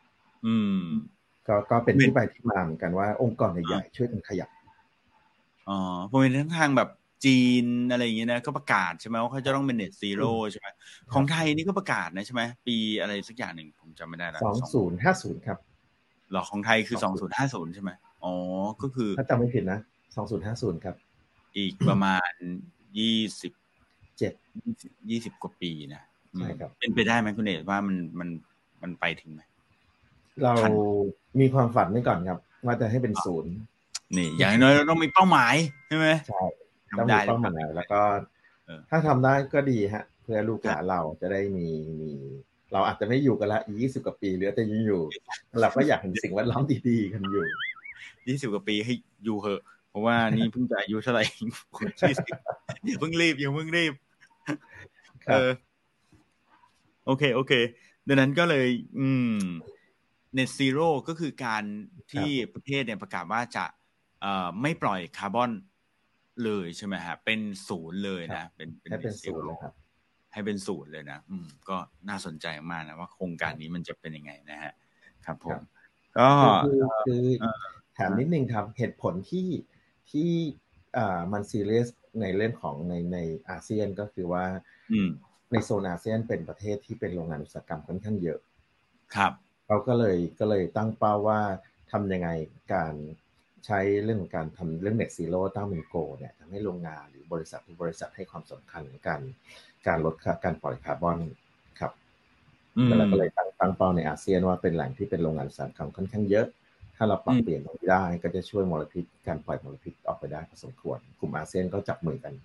ก็เป็นที่ไปที่มาเหมือนกันว่าองค์กรใหญ่ๆช่วยกันขยับผมเห็นทั้งทางแบบจีนอะไรอย่างเงี้ยนะก็ประกาศใช่ไหมว่าเขาจะต้องเป็น Net Zero ใช่ไหมของไทยนี่ก็ประกาศนะใช่ไหมปีอะไรสักอย่างหนึ่งผมจำไม่ได้แล้ว 2050ครับหรอของไทยคือ2050ใช่ไหมก็คือถ้าจำไม่ผิดนะ2050ครับอีกประมาณ20กว่าปีนะใช่ครับเป็นไปได้ไหมคุณเอกว่ามันไปถึงไหมเรามีความฝันไว้ก่อนครับว่าจะให้เป็นศูนย์นี่อย่างน้อยเราต้องมีเป้าหมายใช่ไหมใช่ต้องมีเป้าหมายแล้วก็ถ้าทำได้ก็ดีฮะเพื่อลูกหลานเราจะได้มีเราอาจจะไม่อยู่กันละอีก20 กว่าปีหรือแต่ยังอยู่เราก็อยากเห็นสิ่งแวดล้อมดีๆกันอยู่ 20 กว่าปีให้อยู่เหอะเพราะว่านี่เพิ่งจะอายุเท่าไหร่คน20อย่าเพิ่งรีบโอเคดังนั้นก็เลยNet Zero ก็คือการที่ประเทศเนี่ยประกาศว่าจะไม่ปล่อยคาร์บอนเลยใช่ไหมฮะเป็นศูนย์เลยนะเป็นให้เป็นศูนย์เลยครับให้เป็นศูนย์เลยนะก็น่าสนใจมากนะว่าโครงการนี้มันจะเป็นยังไงนะฮะครับผมก็คือถามนิดนึงครับเหตุผลที่มันซีเรียสในเรื่องของในอาเซียนก็คือว่าในโซนอาเซียนเป็นประเทศที่เป็นโรงงานอุตสาหกรรมค่อนข้างเยอะครับเขาก็เลยตั้งเป้าว่าทำยังไงการใช้เรื่องการทำเรื่อง Net Zero ตั้งเป็นโกเนี่ยทำให้โรงงานหรือบริษัททุกบริษัทให้ความสำคัญในการลดการปล่อยคาร์บอนครับแล้วก็เลยตั้งเป้าในอาเซียนว่าเป็นแหล่งที่เป็นโรงงานอุตสาหกรรมค่อนข้างเยอะถ้าเราปรับเปลี่ยนตรงนี้ได้ก็จะช่วยมลพิษการปล่อยมลพิษออกไปได้พอสมควรกลุ่มอาเซียนก็จับมือกัน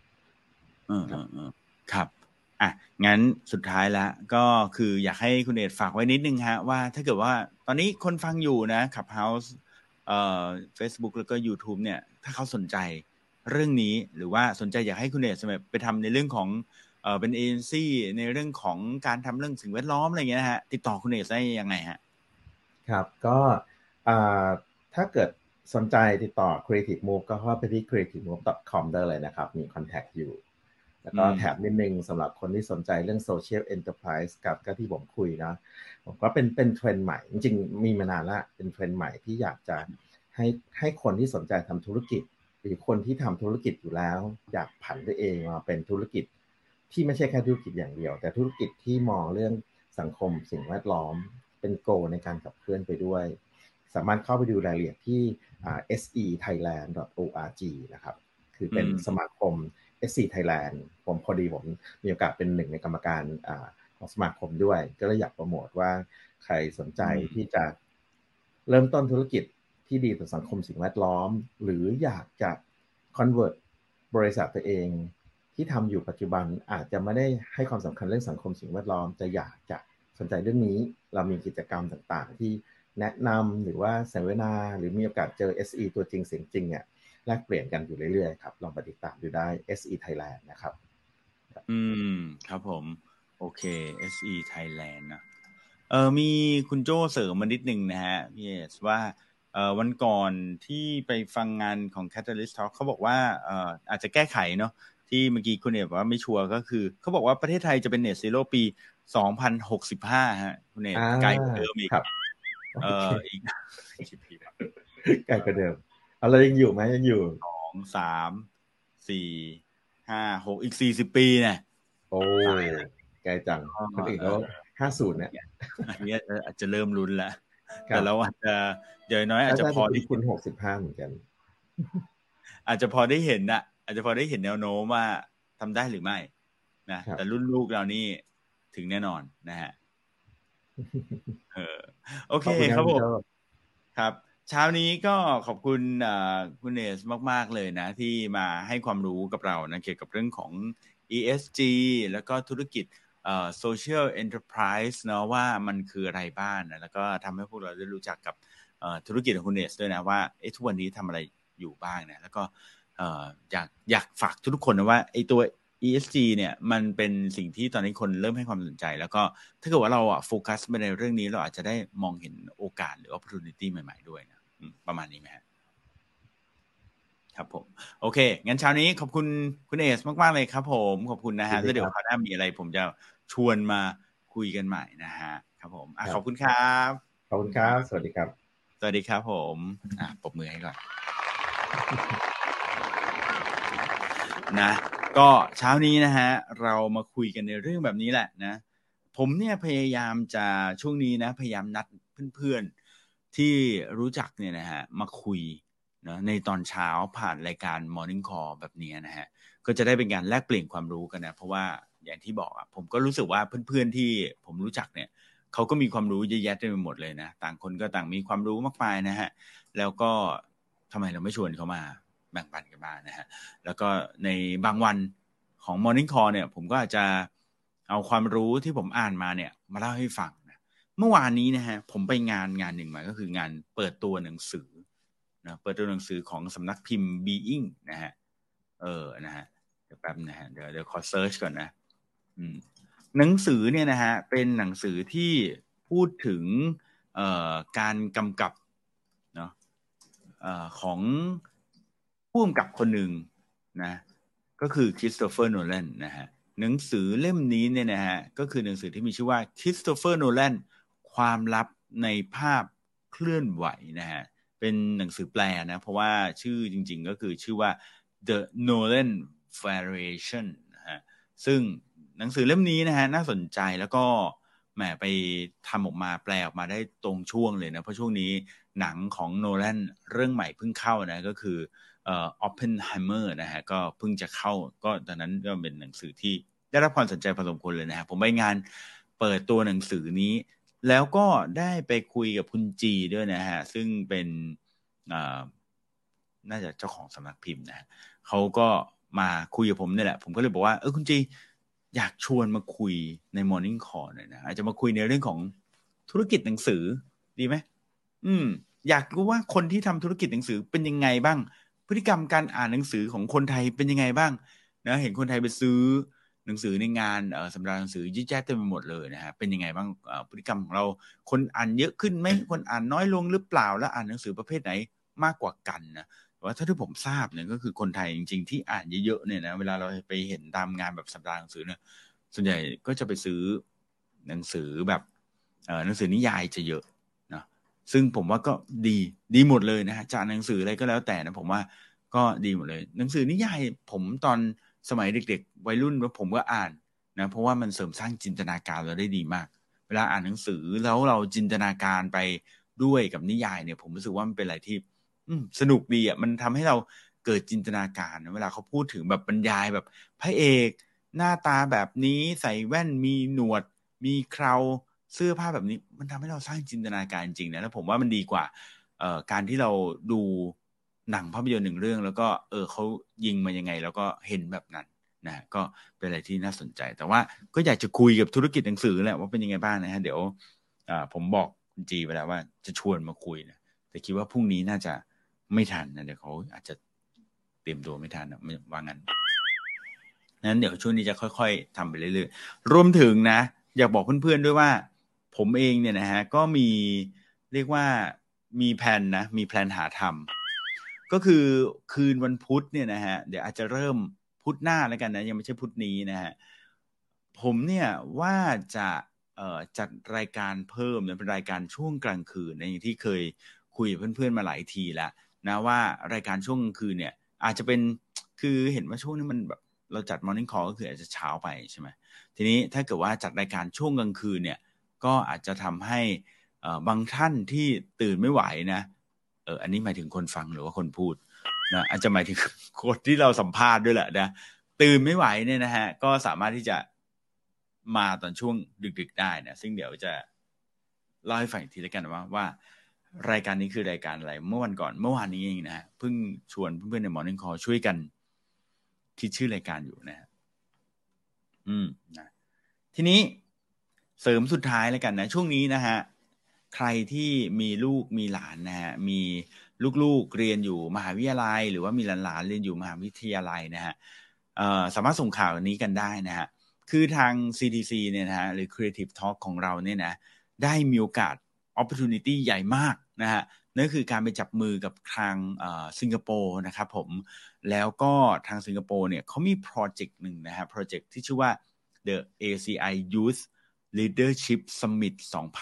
ครับงั้นสุดท้ายแล้วก็คืออยากให้คุณเอกฝากไว้นิดนึงฮะว่าถ้าเกิดว่าตอนนี้คนฟังอยู่นะ Clubhouse Facebook แล้วก็ YouTube เนี่ยถ้าเขาสนใจเรื่องนี้หรือว่าสนใจอยากให้คุณเอกไปทำในเรื่องของเป็นเอเจนซี่ในเรื่องของการทำเรื่องสิ่งแวดล้อมอะไรเงี้ยนะฮะติดต่อคุณเอกได้ยังไงฮะครับก็ถ้าเกิดสนใจติดต่อ Creative Move ก็เข้าไปที่ creativemove.com ได้เลยนะครับมี contact อยู่แล้วก็แถบนิดนึงสำหรับคนที่สนใจเรื่อง Social Enterprise กับก็ที่ผมคุยนะผมก็เป็นเทรนด์ใหม่จริงๆมีมานานแล้วเป็นเทรนด์ใหม่ที่อยากจะให้คนที่สนใจทำธุรกิจหรือคนที่ทำธุรกิจอยู่แล้วอยากผันตัวเองมาเป็นธุรกิจที่ไม่ใช่แค่ธุรกิจอย่างเดียวแต่ธุรกิจที่มองเรื่องสังคมสิ่งแวดล้อมเป็นโกในการขับเคลื่อนไปด้วยสามารถเข้าไปดูรายละเอียดที่ sethailand.org นะครับคือเป็นสมาคม SC Thailand ผมพอดีผมมีโอกาสเป็นหนึ่งในกรรมการของสมาคมด้วยก็เลยอยากโปรโมทว่าใครสนใจที่จะเริ่มต้นธุรกิจที่ดีต่อสังคมสิ่งแวดล้อมหรืออยากจะ convert บริษัทตัวเองที่ทำอยู่ปัจจุบันอาจจะไม่ได้ให้ความสำคัญเรื่องสังคมสิ่งแวดล้อมจะอยากจะสนใจเรื่องนี้เรามีกิจกรรมต่างๆที่แนะนำหรือว่าเสวนาหรือมีโอกาสเจอ SE ตัวจริงเสียงจริงเนี่ยแลกเปลี่ยนกันอยู่เรื่อยๆครับลองไปติดตามดูได้ SE Thailand นะครับครับผมโอเค SE Thailand นะมีคุณโจ้เสริมมานิดนึงนะฮะพี่เอสว่าวันก่อนที่ไปฟังงานของ Catalyst Talk เขาบอกว่าอาจจะแก้ไขเนาะที่เมื่อกี้คุณเอกบอกว่าไม่ชัวร์ก็คือเขาบอกว่าประเทศไทยจะเป็น Net Zero ปี2065ฮะคุณเอกไกลกว่าเดิมอีกอีกกี่ปีไกลกว่าเดิมอะไรยังอยู่ไหมยังอยู่ 2 3 4 5 6อีก40 ปีเนี่ยโอ้ไกลจังคนอื่นเขา50เนี่ยอันนี้อาจจะเริ่มลุ้นแล้วแต่เราอาจจะอย่างน้อยอาจจะพอได้คุณ65เหมือนกันอาจจะพอได้เห็นนะอาจจะพอได้เห็นแนวโน้มว่าทำได้หรือไม่นะแต่รุ่นลูกเรานี่ถึงแน่นอนนะฮะโอเคครับผมครับเช้านี้ก็ขอบคุณคุณเนสมากๆเลยนะที่มาให้ความรู้กับเรานะเกี่ยวกับเรื่องของ ESG แล้วก็ธุรกิจsocial enterprise เนาะว่ามันคืออะไรบ้างนะแล้วก็ทำให้พวกเราได้รู้จักกับธุรกิจของคุณเนสด้วยนะว่าทุกวันนี้ทำอะไรอยู่บ้างนะแล้วก็อยากฝากทุกคนนะว่าไอ้ตัว ESG เนี่ยมันเป็นสิ่งที่ตอนนี้คนเริ่มให้ความสนใจแล้วก็ถ้าเกิดว่าเราโฟกัสไปในเรื่องนี้เราอาจจะได้มองเห็นโอกาสหรือ opportunity ใหม่ๆด้วยนะประมาณนี้ไหมครับผมโอเคงั้นเช้านี้ขอบคุณคุณเอสมากๆเลยครับผมขอบคุณนะฮะแล้วเดี๋ยวคราวหน้ามีอะไรผมจะชวนมาคุยกันใหม่นะฮะครับผมขอบคุณครับขอบคุณครับสวัสดีครับสวัสดีครับผมปรบมือให้ก่อนนะก็เช้านี้นะฮะเรามาคุยกันในเรื่องแบบนี้แหละนะผมเนี่ยพยายามจะช่วงนี้นะพยายามนัดเพื่อนๆที่รู้จักเนี่ยนะฮะมาคุยนะในตอนเช้าผ่านรายการ Morning Call แบบนี้นะฮะก็จะได้เป็นการแลกเปลี่ยนความรู้กันนะเพราะว่าอย่างที่บอกอ่ะผมก็รู้สึกว่าเพื่อนๆที่ผมรู้จักเนี่ยเขาก็มีความรู้เยอะแยะเต็มไปหมดเลยนะต่างคนก็ต่างมีความรู้มากมายนะฮะแล้วก็ทำไมเราไม่ชวนเขามาแบ่งปันกันบ้างนะฮะแล้วก็ในบางวันของ Morning Call เนี่ยผมก็อาจจะเอาความรู้ที่ผมอ่านมาเนี่ยมาเล่าให้ฟังนะเมื่อวานนี้นะฮะผมไปงานหนึ่งมาก็คืองานเปิดตัวหนังสือนะเปิดตัวหนังสือของสำนักพิมพ์ Being นะฮะนะฮะเดี๋ยวแป๊บนะฮะเดี๋ยวขอเซิร์ชก่อนนะหนังสือเนี่ยนะฮะเป็นหนังสือที่พูดถึงการกำกับเนาะของผู้กำกับคนหนึ่งนะก็คือคริสโตเฟอร์โนแลนนะฮะหนังสือเล่มนี้เนี่ยนะฮะก็คือหนังสือที่มีชื่อว่าคริสโตเฟอร์โนแลนความลับในภาพเคลื่อนไหวนะฮะเป็นหนังสือแปลนะเพราะว่าชื่อจริงๆก็คือชื่อว่า The Nolan Variation นะฮะซึ่งหนังสือเล่มนี้นะฮะน่าสนใจแล้วก็แหมไปทำออกมาแปลออกมาได้ตรงช่วงเลยนะเพราะช่วงนี้หนังของโนแลนเรื่องใหม่เพิ่งเข้านะก็คือOppenheimer นะฮะก็เพิ่งจะเข้าก็ตอนนั้นก็เป็นหนังสือที่ได้รับความสนใจพอสมควรเลยนะฮะผมไปงานเปิดตัวหนังสือนี้แล้วก็ได้ไปคุยกับคุณจีด้วยนะฮะซึ่งเป็นน่าจะเจ้าของสำนักพิมพ์นะเขาก็มาคุยกับผมนี่แหละผมก็เลยบอกว่าคุณจีอยากชวนมาคุยใน Morning Call หน่อยนะอาจจะมาคุยในเรื่องของธุรกิจหนังสือดีไหมอยากรู้ว่าคนที่ทำธุรกิจหนังสือเป็นยังไงบ้างพฤติกรรมการอ่านหนังสือของคนไทยเป็นยังไงบ้างนะเห็นคนไทยไปซื้อหนังสือในงานสำหรับหนังสือยิ่งแจ้เต็มไปหมดเลยนะฮะเป็นยังไงบ้างพฤติกรรมของเราคนอ่านเยอะขึ้นไหมคนอ่านน้อยลงหรือเปล่าแล้วอ่านหนังสือประเภทไหนมากกว่ากันนะว่าถ้าที่ผมทราบเนี่ยก็คือคนไทยจริงๆที่อ่านเยอะๆเนี่ยนะเวลาเราไปเห็นตามงานแบบสัปดาห์หนังสือเนี่ยส่วนใหญ่ก็จะไปซื้อหนังสือแบบหนังสือนิยายจะเยอะนะซึ่งผมว่าก็ดีหมดเลยนะฮะจะอ่านหนังสืออะไรก็แล้วแต่นะผมว่าก็ดีหมดเลยหนังสือนิยายผมตอนสมัยเด็กๆวัยรุ่นผมก็อ่านนะเพราะว่ามันเสริมสร้างจินตนาการเราได้ดีมากเวลาอ่านหนังสือแล้วเราจินตนาการไปด้วยกับนิยายเนี่ยผมรู้สึกว่ามันเป็นอะไรที่สนุกดีอ่ะมันทำให้เราเกิดจินตนาการเวลาเขาพูดถึงแบบบรรยายแบบพระเอกหน้าตาแบบนี้ใส่แว่นมีหนวดมีเคราเสื้อผ้าแบบนี้มันทำให้เราสร้างจินตนาการจริงนะแล้วผมว่ามันดีกว่าการที่เราดูหนังภาพยนตร์หนึ่งเรื่องแล้วก็เขายิงมายังไงแล้วก็เห็นแบบนั้นนะก็เป็นอะไรที่น่าสนใจแต่ว่าก็อยากจะคุยกับธุรกิจหนังสือแหละว่าเป็นยังไงบ้างนะฮะเดี๋ยวผมบอกคุณจีไปแล้วว่าจะชวนมาคุยนะแต่คิดว่าพรุ่งนี้น่าจะไม่ทันนะเดี๋ยวเขาอาจจะเตรียมตัวไม่ทันนะว่างั้นนั้นเดี๋ยวช่วงนี้จะค่อยๆทำไปเรื่อยๆรวมถึงนะอยากบอกเพื่อนๆด้วยว่าผมเองเนี่ยนะฮะก็มีเรียกว่ามีแผนหาทำก็คือคืนวันพุธเนี่ยนะฮะเดี๋ยวอาจจะเริ่มพุธหน้าแล้วกันนะยังไม่ใช่พุธนี้นะฮะผมเนี่ยว่าจะจัดรายการเพิ่มนะเป็นรายการช่วงกลางคืนนะอย่างที่เคยคุยกับเพื่อนๆมาหลายทีแล้วนะว่ารายการช่วงกลางคืนเนี่ยอาจจะเป็นคือเห็นว่าช่วงนี้มันแบบเราจัด Morning Call ก็คืออาจจะเช้าไปใช่ไหมทีนี้ถ้าเกิดว่าจัดรายการช่วงกลางคืนเนี่ยก็อาจจะทำให้บางท่านที่ตื่นไม่ไหวนะอันนี้หมายถึงคนฟังหรือว่าคนพูดนะอาจจะหมายถึงคนที่เราสัมภาษณ์ด้วยแหละนะตื่นไม่ไหวเนี่ยนะฮะก็สามารถที่จะมาตอนช่วงดึกๆได้นะซึ่งเดี๋ยวจะเล่าให้ฟังอีกทีแล้วกันว่ารายการนี้คือรายการอะไรเมื่อวานนี้เองนะฮะเพิ่งชวนเพื่อนๆใน Morning Call ช่วยกันคิดชื่อรายการอยู่นะฮะนะทีนี้เสริมสุดท้ายแล้วกันนะช่วงนี้นะฮะใครที่มีลูกมีหลานนะฮะมีลูกๆเรียนอยู่มหาวิทยาลัยหรือว่ามีหลานๆเรียนอยู่มหาวิทยาลัยนะฮะสามารถส่งข่าวนี้กันได้นะฮะคือทาง CDC เนี่ยนะฮะหรือ Creative Talk ของเราเนี่ยนะได้มีโอกาส opportunity ใหญ่มากนะฮะนั่นคือการไปจับมือกับทางสิงคโปร์นะครับผมแล้วก็ทางสิงคโปร์เนี่ยเขามีโปรเจกต์หนึ่งนะฮะโปรเจกต์ที่ชื่อว่า The ACI Youth Leadership Summit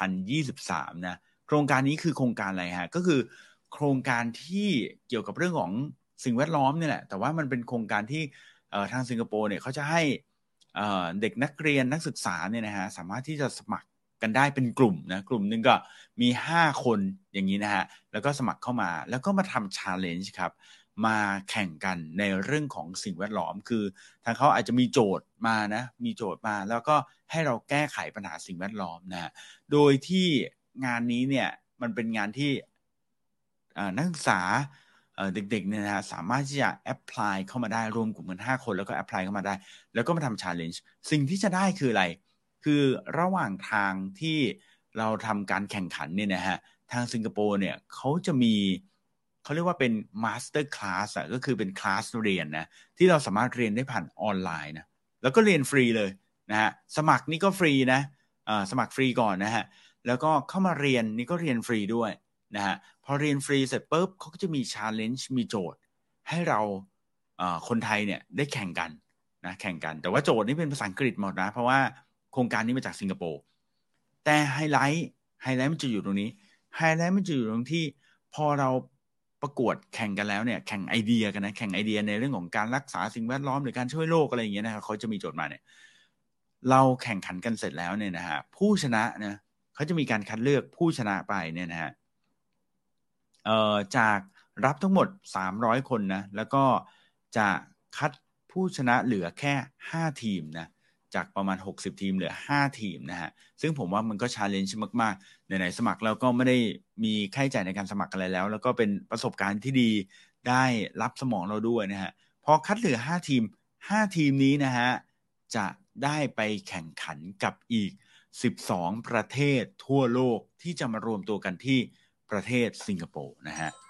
2023นะโครงการนี้คือโครงการอะไรฮะก็คือโครงการที่เกี่ยวกับเรื่องของสิ่งแวดล้อมนี่แหละแต่ว่ามันเป็นโครงการที่ทางสิงคโปร์เนี่ยเขาจะให้เด็กนักเรียนนักศึกษาเนี่ยนะฮะสามารถที่จะสมัครกันได้เป็นกลุ่มนะกลุ่มนึงก็มี5คนอย่างนี้นะฮะแล้วก็สมัครเข้ามาแล้วก็มาทำ challenge ครับมาแข่งกันในเรื่องของสิ่งแวดล้อมคือทางเขาอาจจะมีโจทย์มานะมีโจทย์มาแล้วก็ให้เราแก้ไขปัญหาสิ่งแวดล้อมนะโดยที่งานนี้เนี่ยมันเป็นงานที่นักศึกษาเด็กๆเนี่ยนะฮะสามารถที่จะแอพพลายเข้ามาได้รวมกลุ่มกัน5 คนแล้วก็แอพพลายเข้ามาได้แล้วก็มาทำ challenge สิ่งที่จะได้คืออะไรคือระหว่างทางที่เราทำการแข่งขันเนี่ยนะฮะทางสิงคโปร์เนี่ยเขาจะมีเขาเรียกว่าเป็น master class ก็คือเป็นคลาสเรียนนะที่เราสามารถเรียนได้ผ่านออนไลน์นะแล้วก็เรียนฟรีเลยนะฮะสมัครนี่ก็ฟรีนะสมัครฟรีก่อนนะฮะแล้วก็เข้ามาเรียนนี่ก็เรียนฟรีด้วยนะฮะพอเรียนฟรีเสร็จปุ๊บเขาก็จะมี challenge มีโจทย์ให้เราคนไทยเนี่ยได้แข่งกันนะแข่งกันแต่ว่าโจทย์นี่เป็นภาษาอังกฤษหมดนะเพราะว่าโครงการนี้มาจากสิงคโปร์แต่ไฮไลท์มันจะอยู่ตรงนี้ไฮไลท์มันจะอยู่ตรงที่พอเราประกวดแข่งกันแล้วเนี่ยแข่งไอเดียกันนะแข่งไอเดียในเรื่องของการรักษาสิ่งแวดล้อมหรือการช่วยโลกอะไรอย่างเงี้ยนะครับเขาจะมีโจทย์มาเนี่ยเราแข่งขันกันเสร็จแล้วเนี่ยนะฮะผู้ชนะนะเขาจะมีการคัดเลือกผู้ชนะไปเนี่ยนะฮะจากรับทั้งหมด300 คนนะแล้วก็จะคัดผู้ชนะเหลือแค่5 ทีมนะจากประมาณ60 ทีมเหลือ5 ทีมนะฮะซึ่งผมว่ามันก็ challenge มากๆไหนๆสมัครแล้วก็ไม่ได้มีค่าใช้จ่ายในการสมัครอะไรแล้วก็เป็นประสบการณ์ที่ดีได้รับสมองเราด้วยนะฮะพอคัดเหลือ5 ทีม5 ทีมนี้นะฮะจะได้ไปแข่งขันกับอีก12 ประเทศทั่วโลกที่จะมารวมตัวกันที่ประเทศสิงคโปร์นะฮะ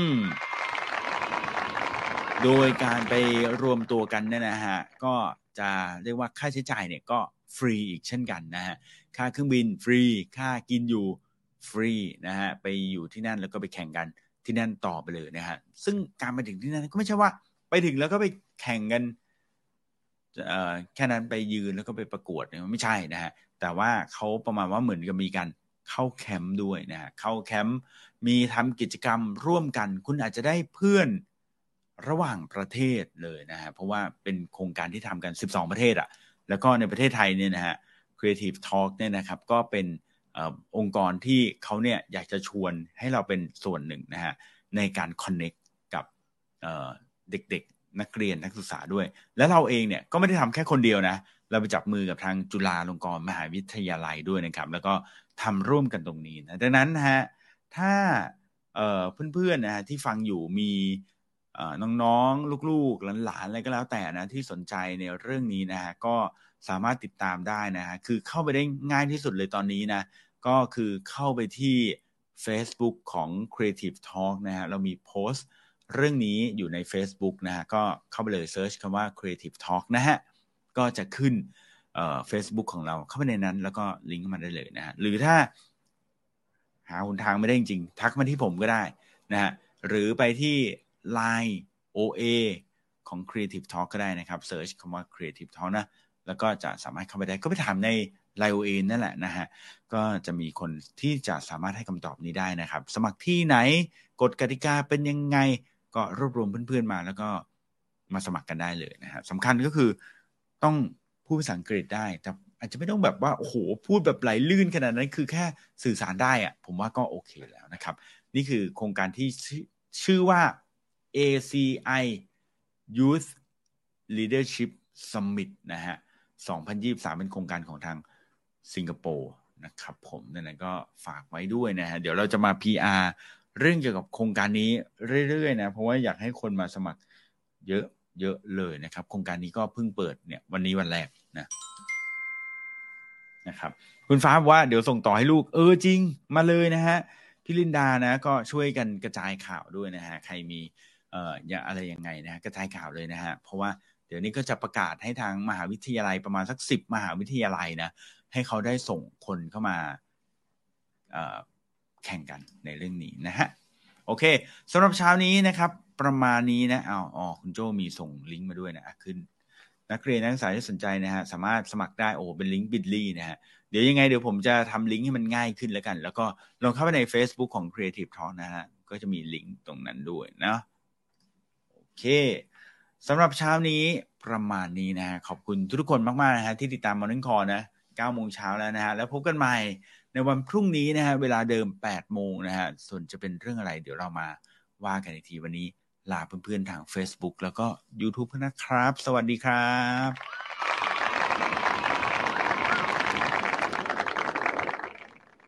โดยการไปรวมตัวกันเนี่ยนะฮะก็จะเรียกว่าค่าใช้จ่ายเนี่ยก็ฟรีอีกเช่นกันนะฮะค่าเครื่องบินฟรีค่ากินอยู่ฟรีนะฮะไปอยู่ที่นั่นแล้วก็ไปแข่งกันที่นั่นต่อไปเลยนะฮะซึ่งการไปถึงที่นั่นก็ไม่ใช่ว่าไปถึงแล้วก็ไปแข่งกันแค่นั้นไปยืนแล้วก็ไปประกวดไม่ใช่นะฮะแต่ว่าเขาประมาณว่าเหมือนกับมีการเข้าแคมป์ด้วยนะฮะเข้าแคมป์มีทำกิจกรรมร่วมกันคุณอาจจะได้เพื่อนระหว่างประเทศเลยนะฮะเพราะว่าเป็นโครงการที่ทำกัน12 ประเทศอ่ะแล้วก็ในประเทศไทยเนี่ยนะฮะ Creative Talk เนี่ยนะครับก็เป็นองค์กรที่เขาเนี่ยอยากจะชวนให้เราเป็นส่วนหนึ่งนะฮะในการ connect กับเด็กๆนักเรียนนักศึกษาด้วยและเราเองเนี่ยก็ไม่ได้ทำแค่คนเดียวนะเราไปจับมือกับทางจุฬาลงกรณ์มหาวิทยาลัยด้วยนะครับแล้วก็ทำร่วมกันตรงนี้นะดังนั้นนะฮะถ้าเพื่อนๆนะฮะที่ฟังอยู่มีน้องๆลูกๆหลานๆอะไรก็แล้วแต่นะที่สนใจในเรื่องนี้นะฮะก็สามารถติดตามได้นะฮะคือเข้าไปได้ง่ายที่สุดเลยตอนนี้นะก็คือเข้าไปที่ Facebook ของ Creative Talk นะฮะเรามีโพสต์เรื่องนี้อยู่ใน Facebook นะฮะก็เข้าไปเลยเซิร์ชคำว่า Creative Talk นะฮะก็จะขึ้นFacebook ของเราเข้าไปในนั้นแล้วก็ลิงก์มาได้เลยนะฮะหรือถ้าหาหนทางไม่ได้จริงๆทักมาที่ผมก็ได้นะฮะหรือไปที่ Line OA ของ Creative Talk ก็ได้นะครับเซิร์ชคำว่า Creative Talk นะแล้วก็จะสามารถเข้าไปได้ก็ไปถามใน Line OA นั่นแหละนะฮะก็จะมีคนที่จะสามารถให้คำตอบนี้ได้นะครับสมัครที่ไหนกฎกติกาเป็นยังไงก็รวบรวมเพื่อนๆมาแล้วก็มาสมัครกันได้เลยนะฮะสำคัญก็คือต้องพูดภาษาอังกฤษได้แต่อาจจะไม่ต้องแบบว่าโอ้โหพูดแบบไหลลื่นขนาดนั้นคือแค่สื่อสารได้อะผมว่าก็โอเคแล้วนะครับนี่คือโครงการที่ชื่อว่า ACI Youth Leadership Summit นะฮะ2023เป็นโครงการของทางสิงคโปร์นะครับผมนั่นก็ฝากไว้ด้วยนะฮะเดี๋ยวเราจะมา PR เรื่องเกี่ยวกับโครงการนี้เรื่อยๆนะเพราะว่าอยากให้คนมาสมัครเยอะเลยนะครับโครงการนี้ก็เพิ่งเปิดเนี่ยวันนี้วันแรกนะครับคุณฟ้าว่าเดี๋ยวส่งต่อให้ลูกจริงมาเลยนะฮะพี่ลินดานะก็ช่วยกันกระจายข่าวด้วยนะฮะใครมีอะไรยังไงนะกระจายข่าวเลยนะฮะเพราะว่าเดี๋ยวนี้ก็จะประกาศให้ทางมหาวิทยาลัยประมาณสัก10 มหาวิทยาลัยนะให้เขาได้ส่งคนเข้ามาแข่งกันในเรื่องนี้นะฮะโอเคสำหรับเช้านี้นะครับประมาณนี้นะคุณโจมีส่งลิงก์มาด้วยนะขึ้นนักเรียนนักศึกษาที่สนใจนะฮะสามารถสมัครได้เป็นลิงก์ Bitly นะฮะเดี๋ยวยังไงเดี๋ยวผมจะทำลิงก์ให้มันง่ายขึ้นแล้วกันแล้วก็ลองเข้าไปใน Facebook ของ Creative Talk นะฮะก็จะมีลิงก์ตรงนั้นด้วยนะโอเคสำหรับเช้านี้ประมาณนี้นะฮะขอบคุณทุกคนมากๆนะฮะที่ติดตาม Morning Call นะ 9 โมงเช้าแล้วนะฮะแล้วพบกันใหม่ในวันพรุ่งนี้นะฮะเวลาเดิม 8 โมงนะฮะส่วนจะเป็นเรื่องอะไรเดี๋ยวเรามาว่ากันอีกทีวันนี้ลาเพื่อนๆทาง Facebook แล้วก็ YouTube นะครับสวัสดีครับ